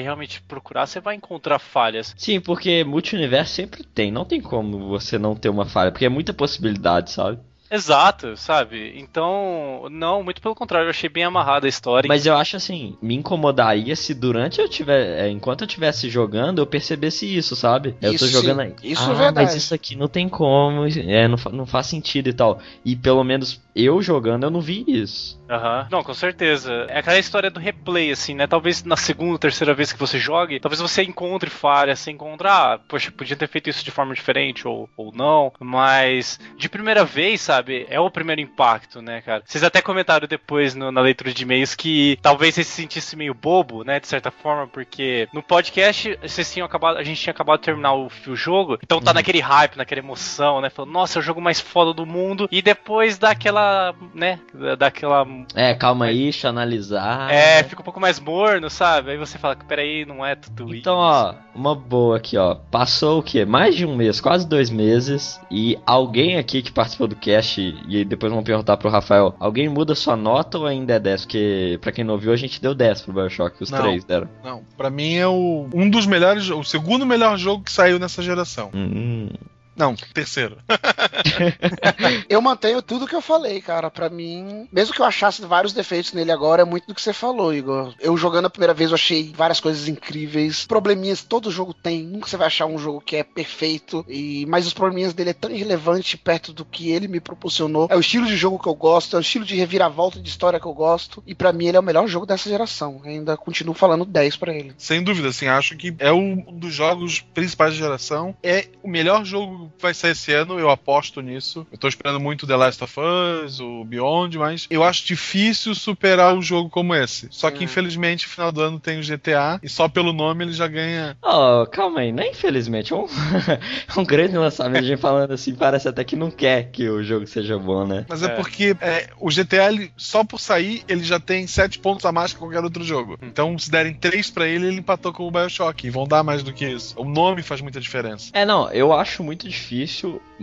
procurar, você vai encontrar falhas. Sim, porque multi-universo sempre tem. Não tem como você não ter uma falha, porque é muita possibilidade, sabe? Exato, sabe? Então, não, muito pelo contrário, eu achei bem amarrada a história. Mas eu acho assim, me incomodaria se durante eu tiver, é, enquanto eu estivesse jogando, eu percebesse isso, sabe? Eu Isso tô jogando sim, aí. isso ah, é verdade. mas isso aqui não tem como, é, não, fa- não faz sentido e tal. E pelo menos eu jogando, eu não vi isso. Aham. Uhum. Não, com certeza. É aquela história do replay, assim, né? Talvez na segunda, terceira vez que você jogue, talvez você encontre falhas, você encontre, ah, poxa, podia ter feito isso de forma diferente ou, ou não, mas de primeira vez, sabe, é o primeiro impacto, né, cara? Vocês até comentaram depois no, na leitura de e-mails que talvez você se sentisse meio bobo, né, de certa forma, porque no podcast vocês tinham acabado, a gente tinha acabado de terminar o, o jogo, então tá uhum. naquele hype, naquela emoção, né, falando, nossa, é o jogo mais foda do mundo, e depois daquela, né, daquela... É, calma aí, deixa eu analisar. É, fica um pouco mais morno, sabe? Aí você fala, peraí, não é tudo isso. Então, ó, uma boa aqui, ó. Passou o quê? Mais de um mês, quase dois meses. E alguém aqui que participou do cast, e depois vamos perguntar pro Rafael, alguém muda sua nota ou ainda é dez? Porque, pra quem não viu, a gente deu dez pro BioShock, os não, três deram. Não, pra mim é o, um dos melhores, o segundo melhor jogo que saiu nessa geração. Hum... Não, terceiro. Eu mantenho tudo que eu falei, cara. Pra mim, mesmo que eu achasse vários defeitos nele agora, é muito do que você falou, Igor. Eu jogando a primeira vez, eu achei várias coisas incríveis. Probleminhas todo jogo tem. Nunca você vai achar um jogo que é perfeito. E mas os probleminhas dele é tão irrelevante perto do que ele me proporcionou. É o estilo de jogo que eu gosto, é o estilo de reviravolta de história que eu gosto. E pra mim ele é o melhor jogo dessa geração. Eu ainda continuo falando dez pra ele. Sem dúvida, assim, acho que é um dos jogos principais da geração. É o melhor jogo vai sair esse ano, eu aposto nisso. Eu tô esperando muito The Last of Us, o Beyond, mas eu acho difícil superar um jogo como esse. Só que, hum. infelizmente, no final do ano tem o G T A, e só pelo nome ele já ganha... Oh, calma aí, não é infelizmente, é um, um grande lançamento, a gente falando assim, parece até que não quer que o jogo seja bom, né? Mas é, é porque é, o G T A, ele, só por sair, ele já tem sete pontos a mais que qualquer outro jogo. Então, se derem três pra ele, ele empatou com o BioShock, e vão dar mais do que isso. O nome faz muita diferença. É, não, eu acho muito difícil,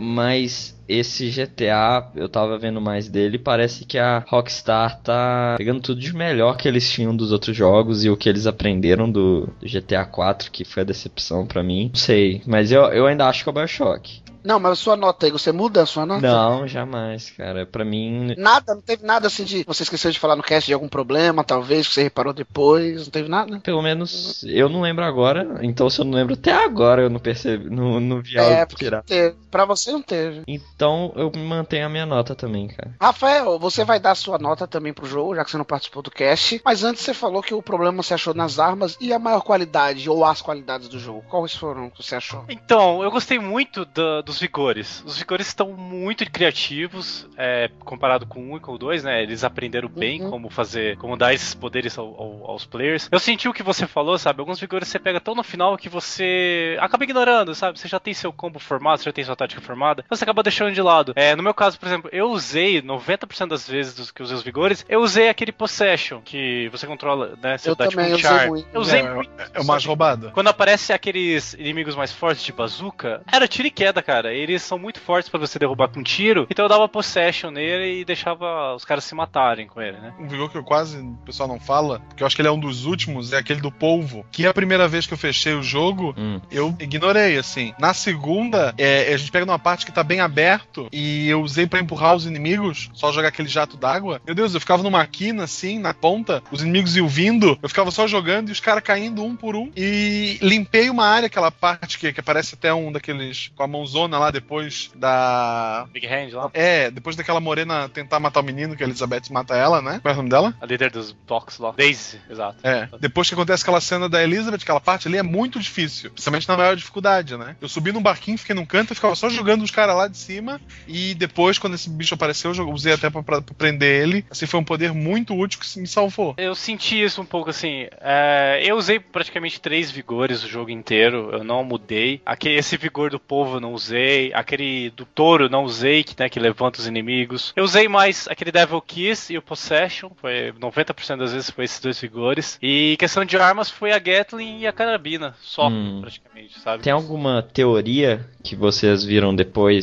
mas esse G T A, eu tava vendo mais dele, parece que a Rockstar tá pegando tudo de melhor que eles tinham dos outros jogos e o que eles aprenderam do, do G T A quatro, que foi a decepção pra mim. Não sei, mas eu, eu ainda acho que é o BioShock. Não, mas a sua nota aí, você muda a sua nota? Não, jamais, cara. Pra mim... Nada? Não teve nada assim de... Você esqueceu de falar no cast de algum problema, talvez, que você reparou depois? Não teve nada? Pelo menos eu não lembro agora. Então, se eu não lembro até agora, eu não percebi, não, não vi algo é, tirar. Teve. Pra você não teve. Então, eu mantenho a minha nota também, cara. Rafael, você vai dar a sua nota também pro jogo, já que você não participou do cast. Mas antes você falou que o problema você achou nas armas e a maior qualidade, ou as qualidades do jogo. Quais foram que você achou? Então, eu gostei muito do, dos vigores. Os vigores estão muito criativos, é, comparado com o um e com o dois, né? Eles aprenderam bem uhum. como fazer, como dar esses poderes ao, ao, aos players. Eu senti o que você falou, sabe? Alguns vigores você pega tão no final que você acaba ignorando, sabe? Você já tem seu combo formado, você já tem sua tática formada, você acaba deixando de lado. É, no meu caso, por exemplo, eu usei noventa por cento das vezes dos que eu usei os vigores, eu usei aquele Possession, que você controla, né? Você eu dá também, tipo um eu char. usei muito. Eu usei é, muito. É o mais roubado. Quando aparece aqueles inimigos mais fortes de bazooka, era tiro e queda, cara. Eles são muito fortes pra você derrubar com tiro, então eu dava Possession nele e deixava os caras se matarem com ele, né? Um vigor que eu quase, o pessoal não fala, porque eu acho que ele é um dos últimos, é aquele do polvo, que a primeira vez que eu fechei o jogo, hum. eu ignorei, assim. Na segunda, é, a gente pega numa parte que tá bem aberto e eu usei pra empurrar os inimigos, só jogar aquele jato d'água. Meu Deus, eu ficava numa quina, assim, na ponta, os inimigos iam vindo, eu ficava só jogando e os caras caindo um por um, e limpei uma área, aquela parte que, que aparece até um daqueles, com a mãozona lá depois da... Big Hand lá? É, depois daquela morena tentar matar o menino, que a Elizabeth mata ela, né? Qual é o nome dela? A líder dos box lá. Daisy, exato. É, depois que acontece aquela cena da Elizabeth, aquela parte ali é muito difícil, principalmente na maior dificuldade, né? Eu subi num barquinho, fiquei num canto e ficava só jogando os caras lá de cima, e depois, quando esse bicho apareceu, eu usei até pra, pra, pra prender ele. Assim, foi um poder muito útil que me salvou. Eu senti isso um pouco, assim, é, eu usei praticamente três vigores o jogo inteiro, eu não mudei. Aquele, esse vigor do povo eu não usei, aquele do touro eu não usei, que, né, que levanta os inimigos. Eu usei mais aquele Devil Kiss e o Possession, foi noventa por cento das vezes foi esses dois vigores. E questão de armas foi a Gatling e a carabina, só, hum. praticamente, sabe? Tem alguma teoria que vocês viram depois, que eu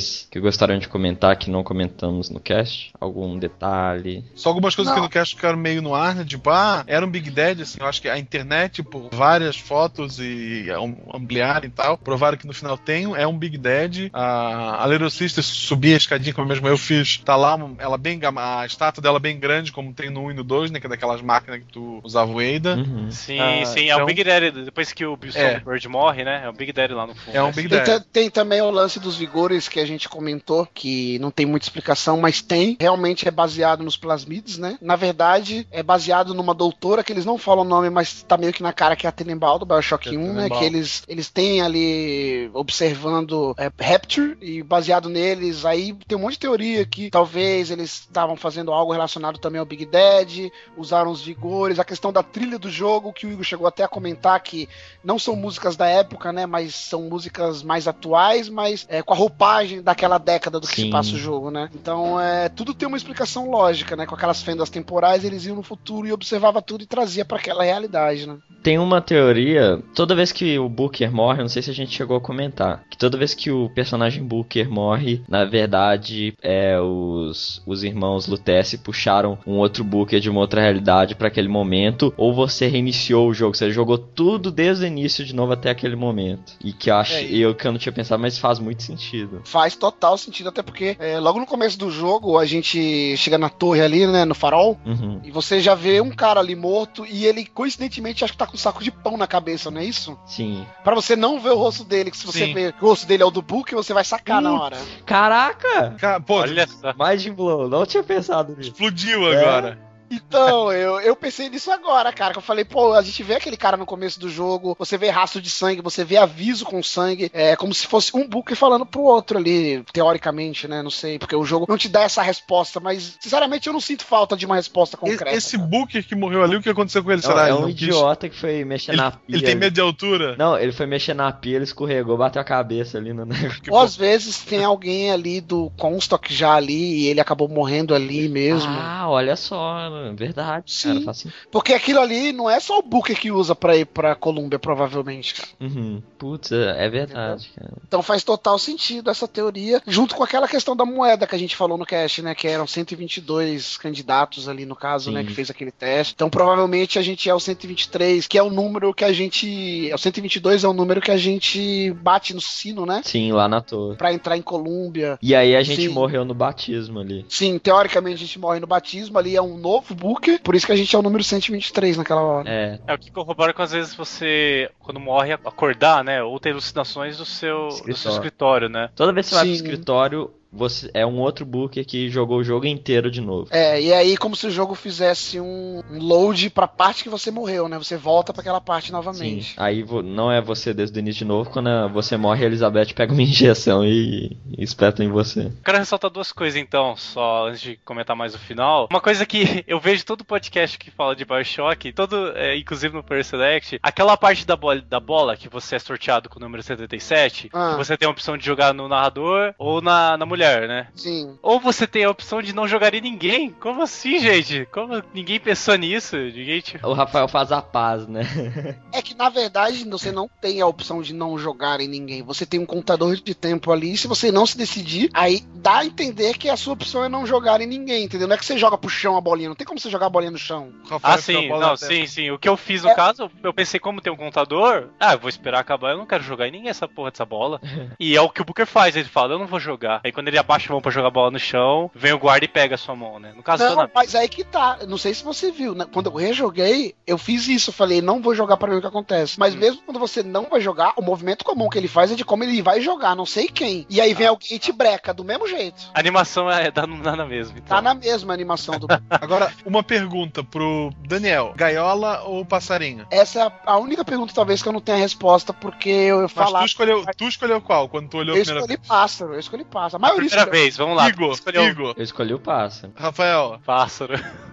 gostariam de comentar que não comentamos no cast? Algum detalhe? Só algumas coisas Não. que no cast ficaram meio no ar, né? Tipo, ah, era um Big Dead, assim, eu acho que a internet, por várias fotos e ampliar e tal, provaram que no final tem, é um Big Dead. A, a Little Sister subia a escadinha, como mesmo eu fiz, tá lá, ela bem, a estátua dela bem grande, como tem no um e no dois, né? Que é daquelas máquinas que tu usava o Ada. Uhum. Sim, Ah, sim, é então- o Big Daddy, depois que o Bill É. Songbird morre, né? É o Big Daddy lá no fundo. É um né? Big Tem, Dead. ta- tem também o lance dos vigores que a gente comentou, que não tem muita explicação, mas tem. Realmente é baseado nos plasmides, né? Na verdade, é baseado numa doutora que eles não falam o nome, mas tá meio que na cara que é a Tenenbaum do BioShock É a um, né? Tenenbaum. Que eles, eles têm ali observando é, Rapture e baseado neles, aí tem um monte de teoria que talvez eles estavam fazendo algo relacionado também ao Big Dead, usaram os vigores, a questão da trilha do jogo, que o Igor chegou até a comentar que não são músicas da época, né? Mas são músicas mais atuais, mas é, com a roupagem daquela década do que Sim. se passa o jogo, né? Então, é, tudo tem uma explicação lógica, né? Com aquelas fendas temporais, eles iam no futuro e observava tudo e trazia pra aquela realidade, né? Tem uma teoria, toda vez que o Booker morre, eu não sei se a gente chegou a comentar, que toda vez que o personagem Booker morre, na verdade, é, os, os irmãos Lutece puxaram um outro Booker de uma outra realidade pra aquele momento, ou você reiniciou o jogo, você jogou tudo desde o início de novo até aquele momento. E que eu acho, É, eu que eu não tinha pensado, mas faz muito sentido. Faz total sentido, até porque é, logo no começo do jogo a gente chega na torre ali, né? No farol. Uhum. E você já vê um cara ali morto e ele, coincidentemente, acho que tá com um saco de pão na cabeça, não é isso? Sim. Pra você não ver o rosto dele, que se você Sim. ver que o rosto dele é o do Book, você vai sacar na hora. Caraca! Cara, pô, Olha só. Mind blow, não tinha pensado nisso. explodiu agora. Então, eu, eu pensei nisso agora, cara. Que eu falei, pô, a gente vê aquele cara no começo do jogo, você vê rastro de sangue, você vê aviso com sangue, é como se fosse um Booker falando pro outro ali, teoricamente, né? Não sei, porque o jogo não te dá essa resposta, mas, sinceramente, eu não sinto falta de uma resposta concreta. Esse Booker que morreu ali, o que aconteceu com ele? Não, Será? é Ele um não quis- idiota que foi mexer Ele, na pia. ele tem medo de altura? Não, ele foi mexer na pia, ele escorregou, bateu a cabeça ali no negócio. Que Ou às vezes tem alguém ali do Comstock já ali e ele acabou morrendo ali mesmo. Ah, olha só, verdade, cara, Sim. faz sentido. Porque aquilo ali não é só o Booker que usa pra ir pra Colômbia, provavelmente, cara. Uhum. Putz, é é verdade, cara. Então faz total sentido essa teoria, junto com aquela questão da moeda que a gente falou no cast, né? Que eram cento e vinte e dois candidatos ali no caso, Sim. né? Que fez aquele teste. Então provavelmente a gente é o cento e vinte e três, que é o número que a gente. O cento e vinte e dois é o número que a gente bate no sino, né? Sim, lá na torre. Pra entrar em Colômbia. E aí a gente Sim. morreu no batismo ali. Sim, teoricamente a gente morre no batismo, ali é um novo Booker, por isso que a gente é o número cento e vinte e três naquela hora. É, É o que corrobora com às vezes você, quando morre, acordar, né? Ou ter alucinações do seu do seu Escritório. escritório, né? toda vez que você vai pro Sim. escritório, você é um outro Booker que jogou o jogo inteiro de novo. É, e aí como se o jogo fizesse um, um load pra parte que você morreu, né? Você volta pra aquela parte Sim, novamente. aí vo- não é você desde o início de novo, quando a- você morre, a Elizabeth pega uma injeção e, e espeta em você. Quero ressaltar duas coisas então, só antes de comentar mais o final. Uma coisa que eu vejo todo podcast que fala de BioShock, todo, é, inclusive no Player Select, aquela parte da bola, da bola que você é sorteado com o número setenta e sete, Ah. você tem a opção de jogar no narrador ou na, na mulher, né? Sim. Ou você tem a opção de não jogar em ninguém. Como assim, gente? Como ninguém pensou nisso? Ninguém tipo... O Rafael faz a paz, né? É que na verdade você não tem a opção de não jogar em ninguém. Você tem um contador de tempo ali. Se você não se decidir, aí dá a entender que a sua opção é não jogar em ninguém, entendeu? Não é que você joga pro chão a bolinha. Não tem como você jogar a bolinha no chão. O Rafael Ah, fica a sim, bola não, na testa. sim, sim. O que eu fiz no É. caso, eu pensei, como tem um contador, ah, eu vou esperar acabar, eu não quero jogar em ninguém essa porra dessa bola. E é o que o Booker faz, ele fala, eu não vou jogar. Aí quando ele abaixa a mão pra jogar a bola no chão, vem o guarda e pega a sua mão, né? No caso, Não, tô na... mas aí que tá. Não sei se você viu, né? Quando eu rejoguei, eu fiz isso. Eu falei, não vou jogar pra ver o que acontece. Mas mesmo quando você não vai jogar, o movimento comum que ele faz é de como ele vai jogar, não sei quem. E aí vem alguém e te breca, do mesmo jeito. A animação é dá, dá na mesma. Então. Tá na mesma animação do. Agora, uma pergunta pro Daniel: gaiola ou passarinho? Essa é a, a única pergunta, talvez, que eu não tenha resposta, porque eu Mas falar. tu escolheu, tu escolheu qual quando tu olhou a Eu primeira escolhi vez? pássaro, eu escolhi pássaro. A A maioria primeira escolheu. vez, vamos lá. Igor, Escolheu Igor, Eu escolhi o pássaro. Rafael. pássaro.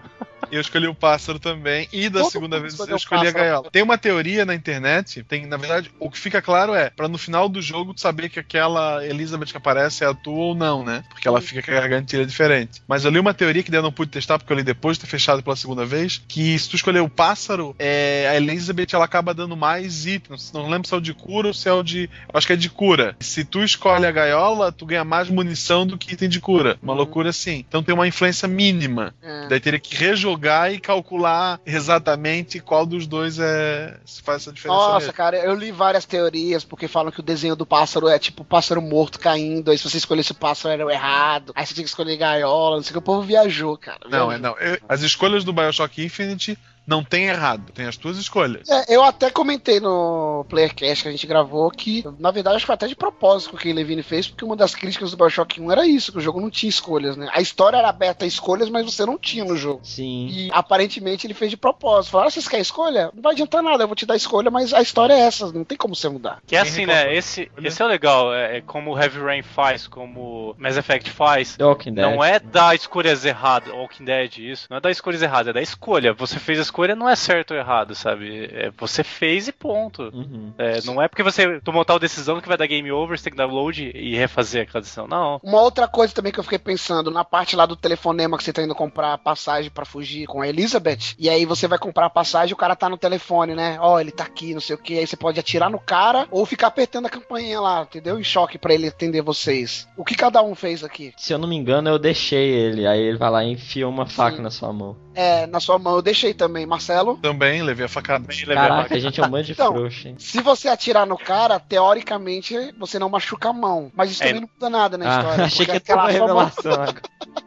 Eu escolhi o pássaro também. E da Todo segunda mundo vez escolheu eu o escolhi a pássaro. gaiola. Tem uma teoria na internet, tem, na verdade, o que fica claro é, pra no final do jogo tu saber que aquela Elizabeth que aparece é a tua ou não, né? Porque ela fica com a gargantilha diferente. Mas eu li uma teoria que daí eu não pude testar, porque eu li depois de ter fechado pela segunda vez, que se tu escolher o pássaro, é, a Elizabeth ela acaba dando mais itens. Não lembro se é o de cura ou se é o de... Eu acho que é de cura. Se tu escolhe a gaiola, tu ganha mais munição do que item de cura. Uma loucura assim. Então tem uma influência mínima. É. Daí teria que rejogar e calcular exatamente qual dos dois é... se faz essa diferença. Nossa, mesmo. cara, eu li várias teorias, porque falam que o desenho do pássaro é tipo pássaro morto caindo, aí se você escolhesse o pássaro era o errado, aí você tinha que escolher gaiola, não sei o que, o povo viajou, cara. Não, viajou. é não. Eu- as escolhas do BioShock Infinite não tem errado. Tem as tuas escolhas. É, eu até comentei no Playercast que a gente gravou que, na verdade, acho que foi até de propósito que o Ken Levine fez, porque uma das críticas do BioShock um era isso, que o jogo não tinha escolhas, né? A história era aberta a escolhas, mas você não tinha no jogo. Sim. E aparentemente ele fez de propósito. Falaram, ah, vocês querem escolha? Não vai adiantar nada, eu vou te dar escolha, mas a história é essa, não tem como você mudar. Que é Quem assim, reclamou? né? Esse, esse é o legal. É, é como o Heavy Rain faz, como Mass Effect faz. The Walking Dead. Não é dar escolhas erradas, Walking Dead, isso. Não é dar escolhas erradas, é dar escolha. Você fez a escolha, não é certo ou errado, sabe? É, você fez e ponto. Uhum. É, não é porque você tomou tal decisão que vai dar game over, você tem que download e refazer aquela decisão. Não. Uma outra coisa também que eu fiquei pensando, na parte lá do telefonema que você tá indo comprar passagem pra fugir com a Elizabeth, e aí você vai comprar a passagem e o cara tá no telefone, né? Ó, ele tá aqui, não sei o que, aí você pode atirar no cara ou ficar apertando a campainha lá, entendeu? Em choque pra ele atender vocês. O que cada um fez aqui? Se eu não me engano, eu deixei ele. Aí ele vai lá e enfia uma faca Sim. na sua mão. É, na sua mão eu deixei também, Marcelo. Também levei a facada. Caraca, a gente é um bando de Então, frouxo, hein? Se você atirar no cara, teoricamente você não machuca a mão. Mas isso É. também não muda nada na Ah, história. achei que porque ia ter uma aquela sua mão- revelação agora.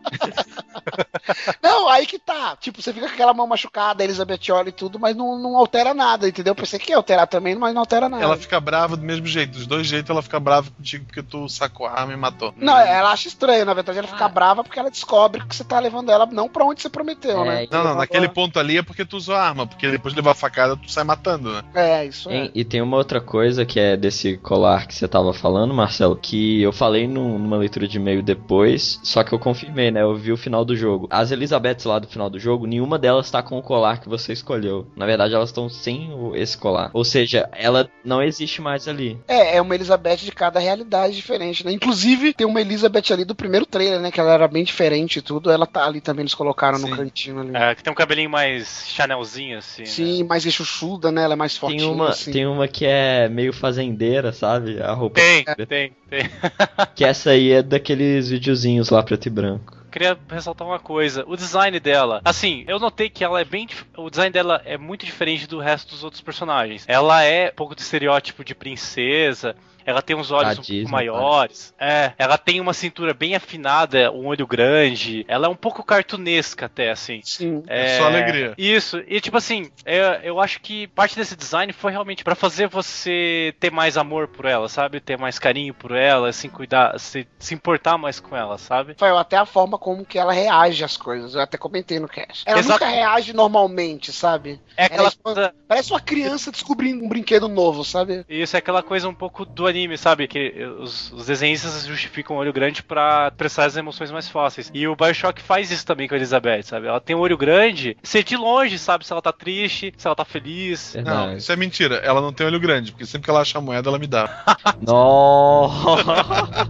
Não, aí que tá. Tipo, você fica com aquela mão machucada, a Elizabeth olha e tudo, mas não, não altera nada, entendeu? Pensei que ia alterar também, mas não altera nada. Ela fica brava do mesmo jeito. Dos dois jeitos ela fica brava contigo porque tu sacou a arma e matou. Não, ela acha estranho, na verdade ela fica brava porque ela descobre que você tá levando ela não pra onde você prometeu, É, né? Não, não, Levando naquele ela- ponto ali é porque tu usou a arma, porque depois de levar a facada tu sai matando, né? É, isso é. Hein, e tem uma outra coisa que é desse colar que você tava falando, Marcelo, que eu falei num- numa leitura de e-mail depois, só que eu confirmei, né? Eu vi o final do jogo. As Elizabeths lá do final do jogo, nenhuma delas tá com o colar que você escolheu. Na verdade, elas estão sem o- esse colar. Ou seja, ela não existe mais ali. É, é uma Elizabeth de cada realidade diferente, né? Inclusive, tem uma Elizabeth ali do primeiro trailer, né? Que ela era bem diferente e tudo. Ela tá ali também, eles colocaram no Sim. cantinho ali. É, que tem um cabelinho mais Chanelzinho, assim. Sim, Né? mais enxuxuda, né? Ela é mais Tem fortinha, uma, assim. tem uma que é meio fazendeira, sabe? A roupa. Tem, tem, tem. Que essa aí é daqueles videozinhos lá preto e branco. Queria ressaltar uma coisa, o design dela, assim, eu notei que ela é bem, dif- o design dela é muito diferente do resto dos outros personagens. Ela é um pouco do estereótipo de princesa, ela tem uns olhos Da um Disney, pouco maiores, é, ela tem uma cintura bem afinada, um olho grande, ela é um pouco cartunesca até, assim. Sim. É só alegria. Isso, e tipo assim, é, eu acho que parte desse design foi realmente pra fazer você ter mais amor por ela, sabe? Ter mais carinho por ela, assim, cuidar, se, se importar mais com ela, sabe? Foi até a forma como que ela reage às coisas. Eu até comentei no cast. Ela Exato. nunca reage normalmente, sabe? É aquela Ela coisa. Parece uma criança descobrindo um brinquedo novo, sabe? Isso é aquela coisa um pouco do anime, sabe? Que os, os desenhistas justificam o olho grande pra expressar as emoções mais fáceis. E o BioShock faz isso também com a Elizabeth, sabe? Ela tem um olho grande, você de longe sabe se ela tá triste, se ela tá feliz. Não, Verdade. isso é mentira. Ela não tem olho grande, porque sempre que ela acha a moeda, ela me dá. Nossa!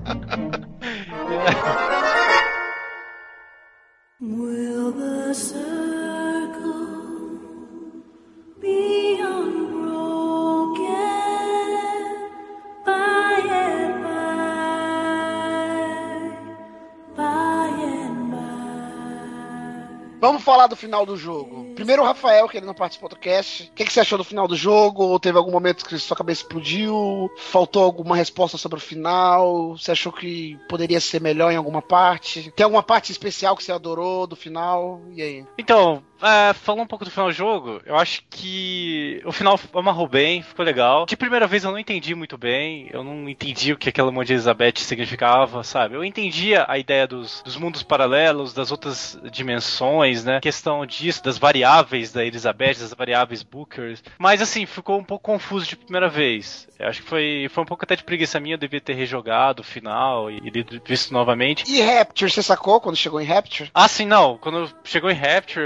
Will the circle be unbroken by and by, by and by? Vamos falar do final do jogo. Primeiro o Rafael, que ele não participou do cast. O que, que você achou do final do jogo? Ou teve algum momento que sua cabeça explodiu? Faltou alguma resposta sobre o final? Você achou que poderia ser melhor em alguma parte? Tem alguma parte especial que você adorou do final? E aí? Então, é, falando um pouco do final do jogo, eu acho que o final amarrou bem, ficou legal. De primeira vez eu não entendi muito bem, eu não entendi o que aquela mão de Elizabeth significava, sabe? Eu entendia a ideia dos, dos mundos paralelos, das outras dimensões, né? Questão disso, das variáveis da Elizabeth, das variáveis Booker. Mas assim, ficou um pouco confuso de primeira vez. Eu acho que foi, foi um pouco até de preguiça minha, eu devia ter rejogado o final e, e visto novamente. E Rapture, você sacou quando chegou em Rapture? Ah, sim, não. Quando chegou em Rapture, eu fiquei maluco.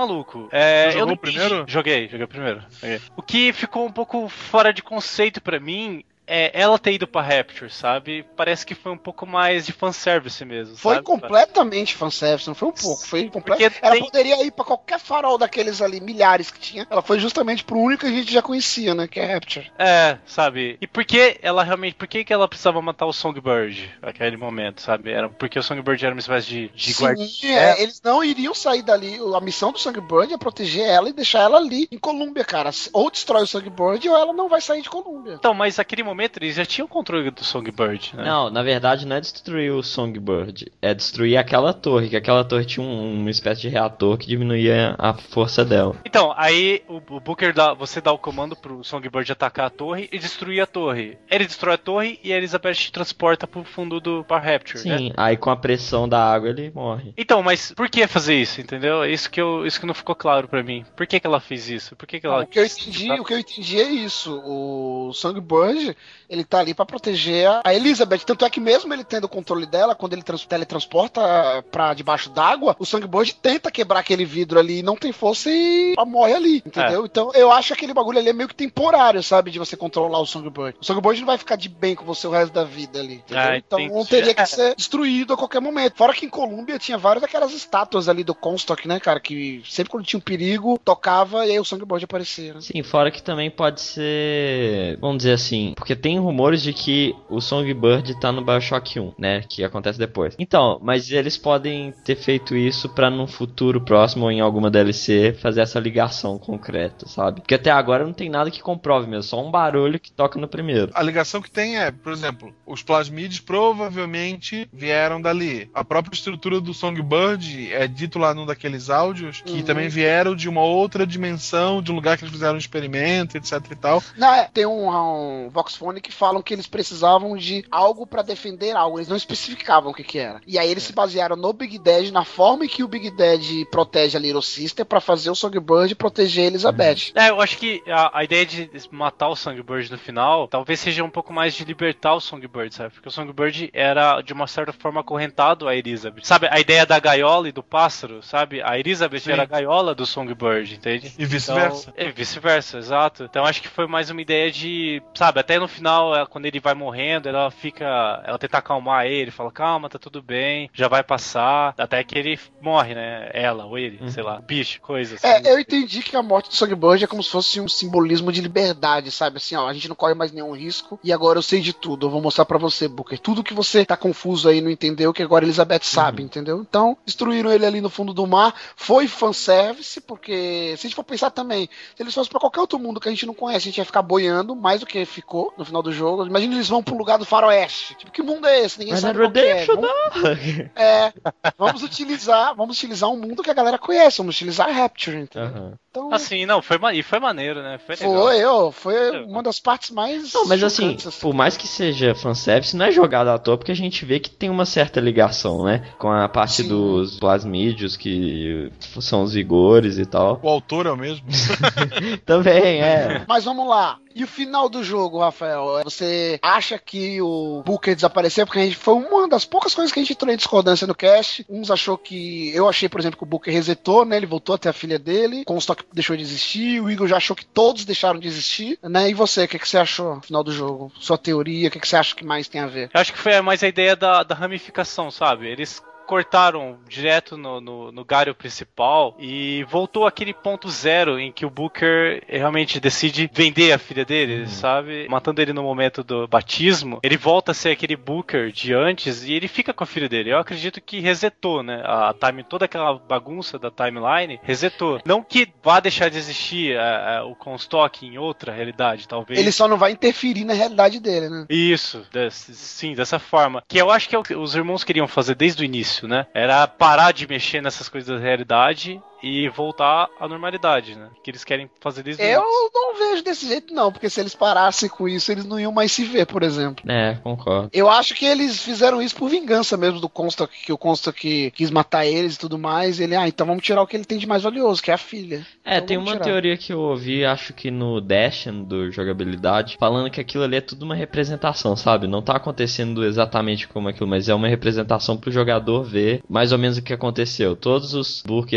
maluco. É, Você eu jogou não o primeiro? Joguei, joguei o primeiro. Joguei. O que ficou um pouco fora de conceito pra mim é ela ter ido pra Rapture, sabe? Parece que foi um pouco mais de fanservice mesmo, Foi sabe? completamente fanservice, não foi um pouco, foi completo. Porque Ela tem- poderia ir pra qualquer farol daqueles ali, milhares que tinha. Ela foi justamente pro único que a gente já conhecia, né? Que é Rapture. É, sabe? E por que ela realmente... Por que, que ela precisava matar o Songbird naquele momento, sabe? Era porque o Songbird era uma espécie de, de Sim, guardião. é, eles não iriam sair dali. A missão do Songbird é proteger ela e deixar ela ali, em Colômbia, cara. Ou destrói o Songbird ou ela não vai sair de Colômbia. Então, mas naquele momento eles já tinham controle do Songbird, né? Não, na verdade não é destruir o Songbird, é destruir aquela torre, que aquela torre tinha um- uma espécie de reator que diminuía a força dela. Então, aí o, o Booker dá, você dá o comando pro Songbird atacar a torre e destruir a torre. Ele destrói a torre e a Elizabeth transporta pro fundo do Bar Rapture, né? Sim, aí com a pressão da água ele morre. Então, mas por que fazer isso, entendeu? Isso que, eu, isso que não ficou claro pra mim. Por que, que ela fez isso? Por que, que ela... Não, o que eu entendi, o que eu entendi é isso. O Songbird, ele tá ali pra proteger a Elizabeth. Tanto é que mesmo ele tendo o controle dela, quando ele trans- teletransporta pra debaixo d'água, o Songbird tenta quebrar aquele vidro ali, não tem força e morre ali, entendeu? Então eu acho que aquele bagulho ali é meio que temporário, sabe? De você controlar o Songbird. O Songbird não vai ficar de bem com você o resto da vida ali, entendeu? Ah, então entendi. teria que ser destruído a qualquer momento. Fora que em Colômbia tinha várias daquelas estátuas ali do Comstock, né, cara? Que sempre quando tinha um perigo, tocava e aí o Songbird aparecia, né? Sim, fora que também pode ser, vamos dizer assim, porque tem rumores de que o Songbird tá no BioShock um, né, que acontece depois. Então, mas eles podem ter feito isso pra num futuro próximo ou em alguma D L C fazer essa ligação concreta, sabe? Porque até agora não tem nada que comprove mesmo, só um barulho que toca no primeiro. A ligação que tem é, por exemplo, os plasmides provavelmente vieram dali. A própria estrutura do Songbird é dito lá num daqueles áudios que Uhum. também vieram de uma outra dimensão, de um lugar que eles fizeram um experimento, etc e tal. Não, é, tem um, um Voxphone que falam que eles precisavam de algo pra defender algo, eles não especificavam o que que era. E aí eles se basearam no Big Dad, na forma em que o Big Dad protege a Little Sister pra fazer o Songbird proteger a Elizabeth. É, eu acho que a, a ideia de matar o Songbird no final talvez seja um pouco mais de libertar o Songbird, sabe? Porque o Songbird era, de uma certa forma, acorrentado a Elizabeth. Sabe, a ideia da gaiola e do pássaro, sabe? A Elizabeth Sim. era a gaiola do Songbird, entende? E vice-versa. Então, é, vice-versa, exato. Então acho que foi mais uma ideia de, sabe, até no final, ela- quando ele vai morrendo, ela fica, ela tenta acalmar ele, fala, calma, tá tudo bem, já vai passar, até que ele morre, né? Ela ou ele, sei lá, bicho, coisa assim. É, eu entendi que a morte do Songbird é como se fosse um simbolismo de liberdade, sabe? Assim, ó, a gente não corre mais nenhum risco e agora eu sei de tudo. Eu vou mostrar pra você, Booker. Tudo que você tá confuso aí, não entendeu, que agora a Elizabeth sabe, entendeu? Então, destruíram ele ali no fundo do mar. Foi fanservice, porque se a gente for pensar também, se eles fossem pra qualquer outro mundo que a gente não conhece, a gente ia ficar boiando mais do que ficou no final do jogo. Imagina eles vão pro lugar do faroeste. Tipo, que mundo é esse? Ninguém Mas sabe é qual que é. Redemption, Vamos- É, vamos utilizar, vamos utilizar um mundo que a galera conhece, vamos utilizar Rapture, entendeu? Aham. Então, Assim, não, foi, ma- e foi maneiro, né? Foi legal. foi, eu, foi uma das partes mais Não, mas assim, chocantes, por mais que seja fanservice, não é jogado à toa, porque a gente vê que tem uma certa ligação, né? Com a parte Sim. dos plasmídeos, que são os vigores e tal. O autor é o mesmo. Também, é. Mas vamos lá. E o final do jogo, Rafael? Você acha que o Booker desapareceu? Porque a gente foi uma das poucas coisas que a gente entrou em discordância no cast. Uns achou que... Eu achei, por exemplo, que o Booker resetou, né? Ele voltou até a filha dele. Comstock deixou de existir. O Igor já achou que todos deixaram de existir, né? E você, o que, que você achou no final do jogo? Sua teoria, o que, que você acha que mais tem a ver? Eu acho que foi mais a ideia da, da ramificação, sabe? Eles cortaram direto no, no, no galho principal e voltou aquele ponto zero em que o Booker realmente decide vender a filha dele, uhum. sabe? Matando ele no momento do batismo, ele volta a ser aquele Booker de antes e ele fica com a filha dele. Eu acredito que resetou, né? A time, toda aquela bagunça da timeline resetou. Não que vá deixar de existir a, a, o Comstock em outra realidade, talvez. Ele só não vai interferir na realidade dele, né? Isso, desse, sim, dessa forma. Que eu acho que é o que os irmãos queriam fazer desde o início, né? Era parar de mexer nessas coisas da realidade e voltar à normalidade, né? Que eles querem fazer desde o Eu início. não vejo desse jeito, não, porque se eles parassem com isso, eles não iam mais se ver, por exemplo. É, concordo. Eu acho que eles fizeram isso por vingança mesmo do Comstock, que o Comstock quis matar eles e tudo mais. Ele, ah, então vamos tirar o que ele tem de mais valioso, que é a filha. É, então tem uma tirar. teoria que eu ouvi, acho que no Dashen do jogabilidade, falando que aquilo ali é tudo uma representação, sabe? Não tá acontecendo exatamente como aquilo, mas é uma representação pro jogador ver mais ou menos o que aconteceu. Todos os Bookers que viraram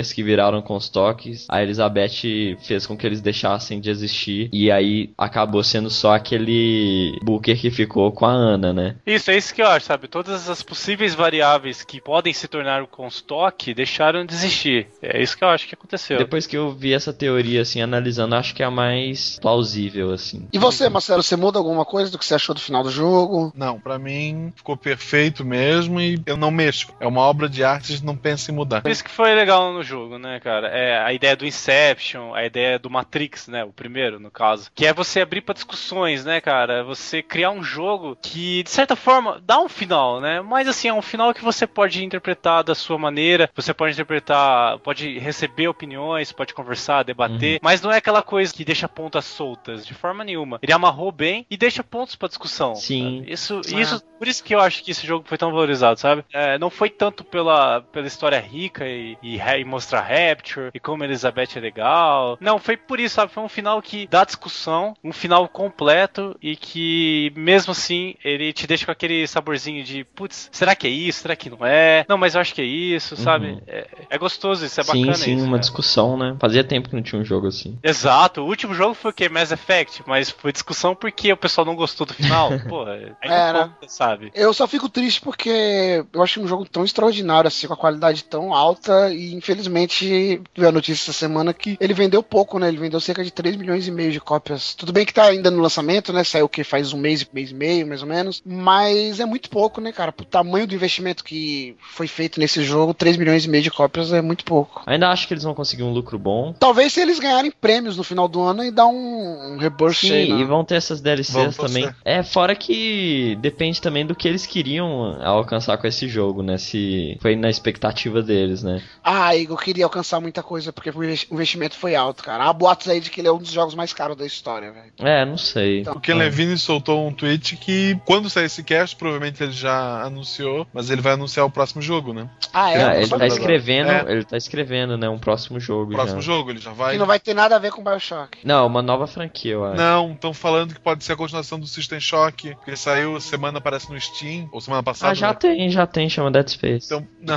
pararam com os toques, a Elizabeth fez com que eles deixassem de existir, e aí acabou sendo só aquele Booker que ficou com a Ana, né? Isso, é isso que eu acho, sabe? Todas as possíveis variáveis que podem se tornar o Comstock deixaram de existir. É isso que eu acho que aconteceu. Depois que eu vi essa teoria, assim, analisando, acho que é a mais plausível, assim. E você, Marcelo, você muda alguma coisa do que você achou do final do jogo? Não, pra mim ficou perfeito mesmo e eu não mexo. É uma obra de arte, não penso em mudar. Por isso que foi legal no jogo, né, cara? É a ideia do Inception, a ideia do Matrix, né? O primeiro, no caso. Que é você abrir pra discussões, né, cara? Você criar um jogo que, de certa forma, dá um final, né? Mas, assim, é um final que você pode interpretar da sua maneira, você pode interpretar, pode receber opiniões, pode conversar, debater, uhum. Mas não é aquela coisa que deixa pontas soltas, de forma nenhuma. Ele amarrou bem e deixa pontos pra discussão. Sim. Sabe? Isso, isso, por isso que eu acho que esse jogo foi tão valorizado, sabe? É, não foi tanto pela, pela história rica e, e, e mostrar Rapture e como Elizabeth é legal. Não, foi por isso, sabe? Foi um final que dá discussão, um final completo e que, mesmo assim, ele te deixa com aquele saborzinho de, putz, será que é isso? Será que não é? Não, mas eu acho que é isso, sabe? Uhum. É, é gostoso isso, é sim, bacana sim, isso. Sim, uma cara. discussão, né? Fazia tempo que não tinha um jogo assim. Exato, o último jogo foi o quê? Mass Effect, mas foi discussão porque o pessoal não gostou do final. Pô, aí é, não conta, sabe? Eu só fico triste porque eu acho um jogo tão extraordinário, assim, com a qualidade tão alta e infelizmente vi a notícia essa semana que ele vendeu pouco, né? Ele vendeu cerca de três milhões e meio de cópias. Tudo bem que tá ainda no lançamento, né? Saiu o que faz um mês, mês e meio, mais ou menos. Mas é muito pouco, né, cara? Pro tamanho do investimento que foi feito nesse jogo, três milhões e meio de cópias é muito pouco. Ainda acho que eles vão conseguir um lucro bom. Talvez se eles ganharem prêmios no final do ano e dar um, um reburst. Sim, aí, e vão ter essas D L Cs Vamos também. torcer. É, fora que depende também do que eles queriam alcançar com esse jogo, né? Se foi na expectativa deles, né? Ah, Igor, eu queria alcançar muita coisa porque o investimento foi alto, cara. Há boatos aí de que ele é um dos jogos mais caros da história, velho. É, não sei. O Ken Levine soltou um tweet que quando sair esse cast, provavelmente ele já anunciou, mas ele vai anunciar o próximo jogo, né? Ah, é? Ah, ele tá escrevendo, É. ele tá escrevendo, né, um próximo jogo. O próximo já. jogo, ele já vai. Que não vai ter nada a ver com BioShock. Não, uma nova franquia, eu acho. Não, estão falando que pode ser a continuação do System Shock, que saiu semana, parece no Steam, ou semana passada. Ah, já né? tem, já tem, chama Dead Space. Então, não.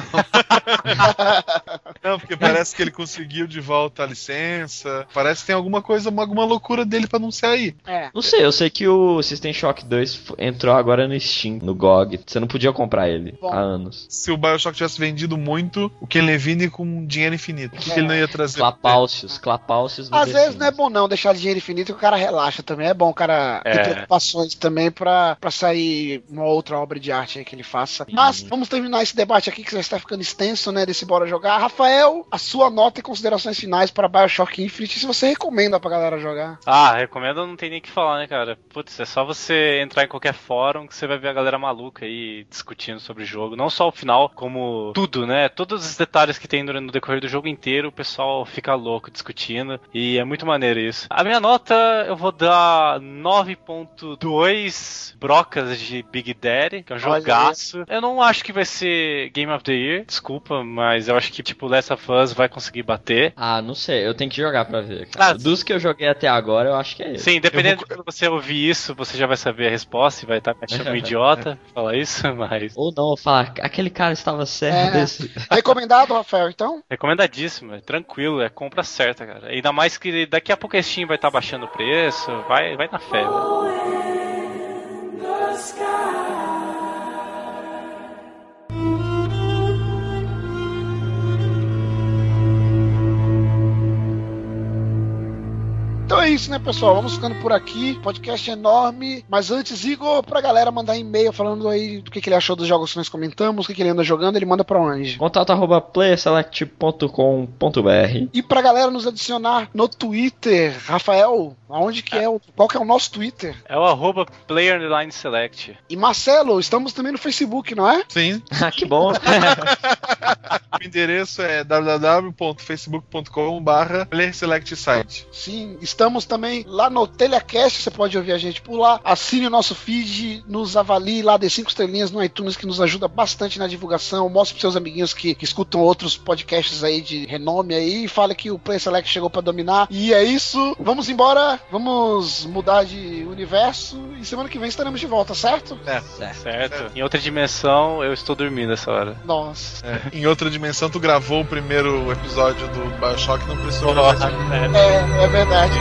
Não, porque parece que ele conseguiu de volta a licença. Parece que tem alguma coisa, alguma loucura dele pra anunciar aí. É. Não sei, eu sei que o System Shock dois f- entrou agora no Steam, no G O G. Você não podia comprar ele Bom. há anos. Se o BioShock tivesse vendido muito, o Ken Levine com dinheiro infinito. O que, que ele não ia trazer? Clapalcios, Clapalcios do Às The vezes Sims. não é bom não deixar de dinheiro infinito que o cara relaxa também. É bom o cara ter É. preocupações também pra, pra sair uma outra obra de arte aí que ele faça. Mas vamos terminar esse debate aqui que já está ficando extenso, né, desse Bora Jogar. Rafael, a sua nota e considerações finais para BioShock Infinite, se você recomenda pra galera jogar. Ah, recomendo, não tem nem o que falar, né, cara? Putz, é só você entrar em qualquer fórum que você vai ver a galera maluca aí discutindo sobre o jogo. Não só o final, como tudo, né? Todos os detalhes que tem durante o decorrer do jogo inteiro, o pessoal fica louco discutindo. E é muito maneiro isso. A minha nota, eu vou dar nove ponto dois brocas de Big Daddy, que é um Olha jogaço. Eu não acho que vai ser Game of the Year, desculpa, mas eu acho que, tipo, Last of Us vai conseguir bater. Ah, não sei, eu tenho que jogar pra ver, cara. Ah, Dos que eu joguei até agora, eu acho que é esse. Sim, dependendo de quando você ouvir isso, você já vai saber a resposta e vai estar me achando um idiota falar isso, mas... Ou não, falar, aquele cara estava certo É. desse. Recomendado, Rafael, então? Recomendadíssimo, é tranquilo, é compra certa, cara. Ainda mais que daqui a pouco a Steam vai estar baixando o preço, vai, vai na fé. In the sky. Então é isso, né, pessoal? Vamos ficando por aqui. Podcast enorme. Mas antes, Igor, pra galera mandar e-mail falando aí do que, que ele achou dos jogos que nós comentamos, o que, que ele anda jogando, ele manda pra onde? Contato arroba player select ponto com ponto b r. E pra galera nos adicionar no Twitter, Rafael, aonde que é o, qual que é o nosso Twitter? É o arroba player underline select. E Marcelo, estamos também no Facebook, não é? Sim. Ah, que bom. O endereço é w w w ponto facebook ponto com barra player select site. Sim, estamos também lá no Telecast, você pode ouvir a gente por lá. Assine o nosso feed, nos avalie lá, dê cinco estrelinhas no iTunes, que nos ajuda bastante na divulgação. Mostre pros seus amiguinhos que, que escutam outros podcasts aí de renome aí, e fale que o Player Select chegou pra dominar. E é isso, vamos embora, vamos mudar de universo e semana que vem estaremos de volta, certo? É. Certo. certo. Em outra dimensão, eu estou dormindo essa hora. Nossa. É. Em outra dimensão, tu gravou o primeiro episódio do BioShock e não precisou Oh, gravar isso. É, é verdade.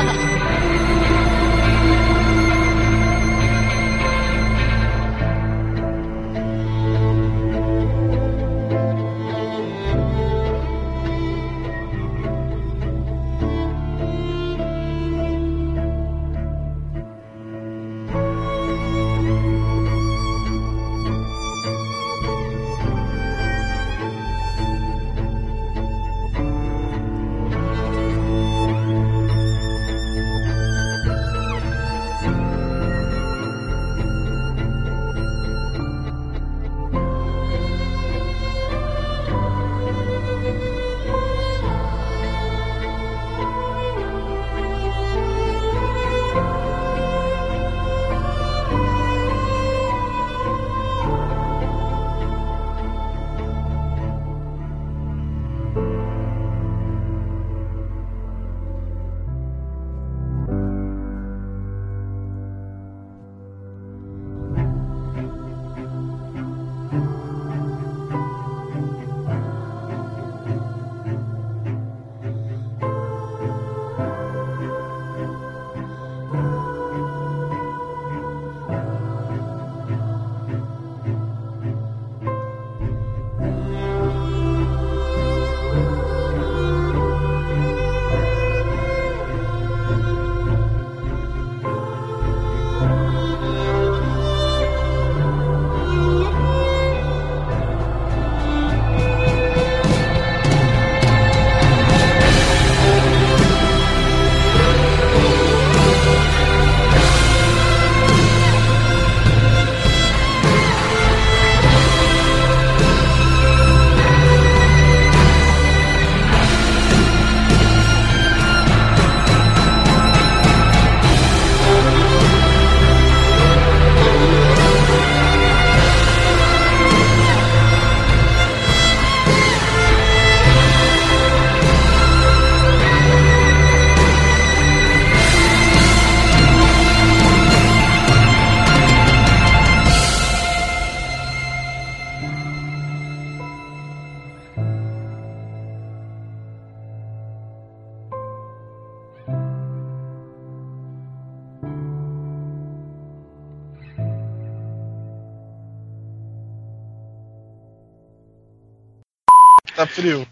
Tá frio.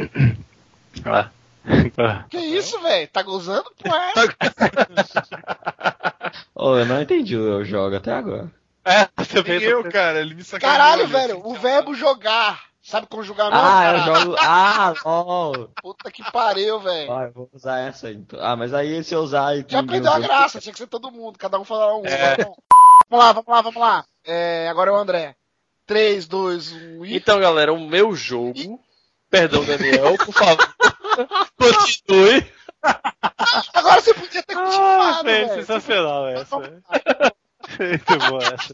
Ah. Que isso, velho? Tá gozando? Pô, Oh, eu não entendi o jogo até agora. É, Nem eu, cara, ele me sacaneou. Caralho, ali, velho, assim, o cara. verbo jogar. Sabe conjugar mesmo? Ah, eu jogo. Ah, oh. Puta que pariu, velho. Ah, eu vou usar essa aí. Então. Ah, mas aí se eu usar. Já ninguém perdeu a usou. graça, tinha que ser todo mundo, cada um falar um. É. Vamos lá, vamos lá, vamos lá. É, agora é o André. três, dois, um e. Então, galera, o meu jogo. Perdão, Daniel, por favor. Continue. Agora você podia ter Ah, continuado, velho, velho. sensacional essa. Vamos lá. Muito boa essa.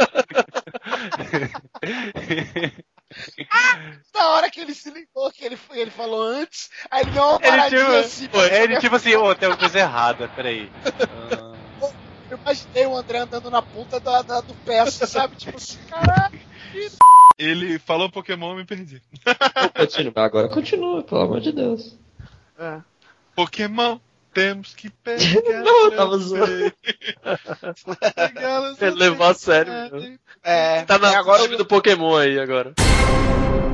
Na hora que ele se ligou, que ele, ele falou antes, aí ele deu uma Ele paradinha tipo, assim. pô, ele tipo assim, ô, tem uma coisa errada, peraí. Eu imaginei o André andando na ponta da, da- do pé, assim, sabe? Tipo assim, caralho. Ele falou Pokémon, eu me perdi. Continua. Agora continua, pelo amor de Deus. É. Pokémon, temos que pegar. Não, eu tava zoando. Ele levou a sério. É, Tá na é, agora agora do Pokémon aí agora.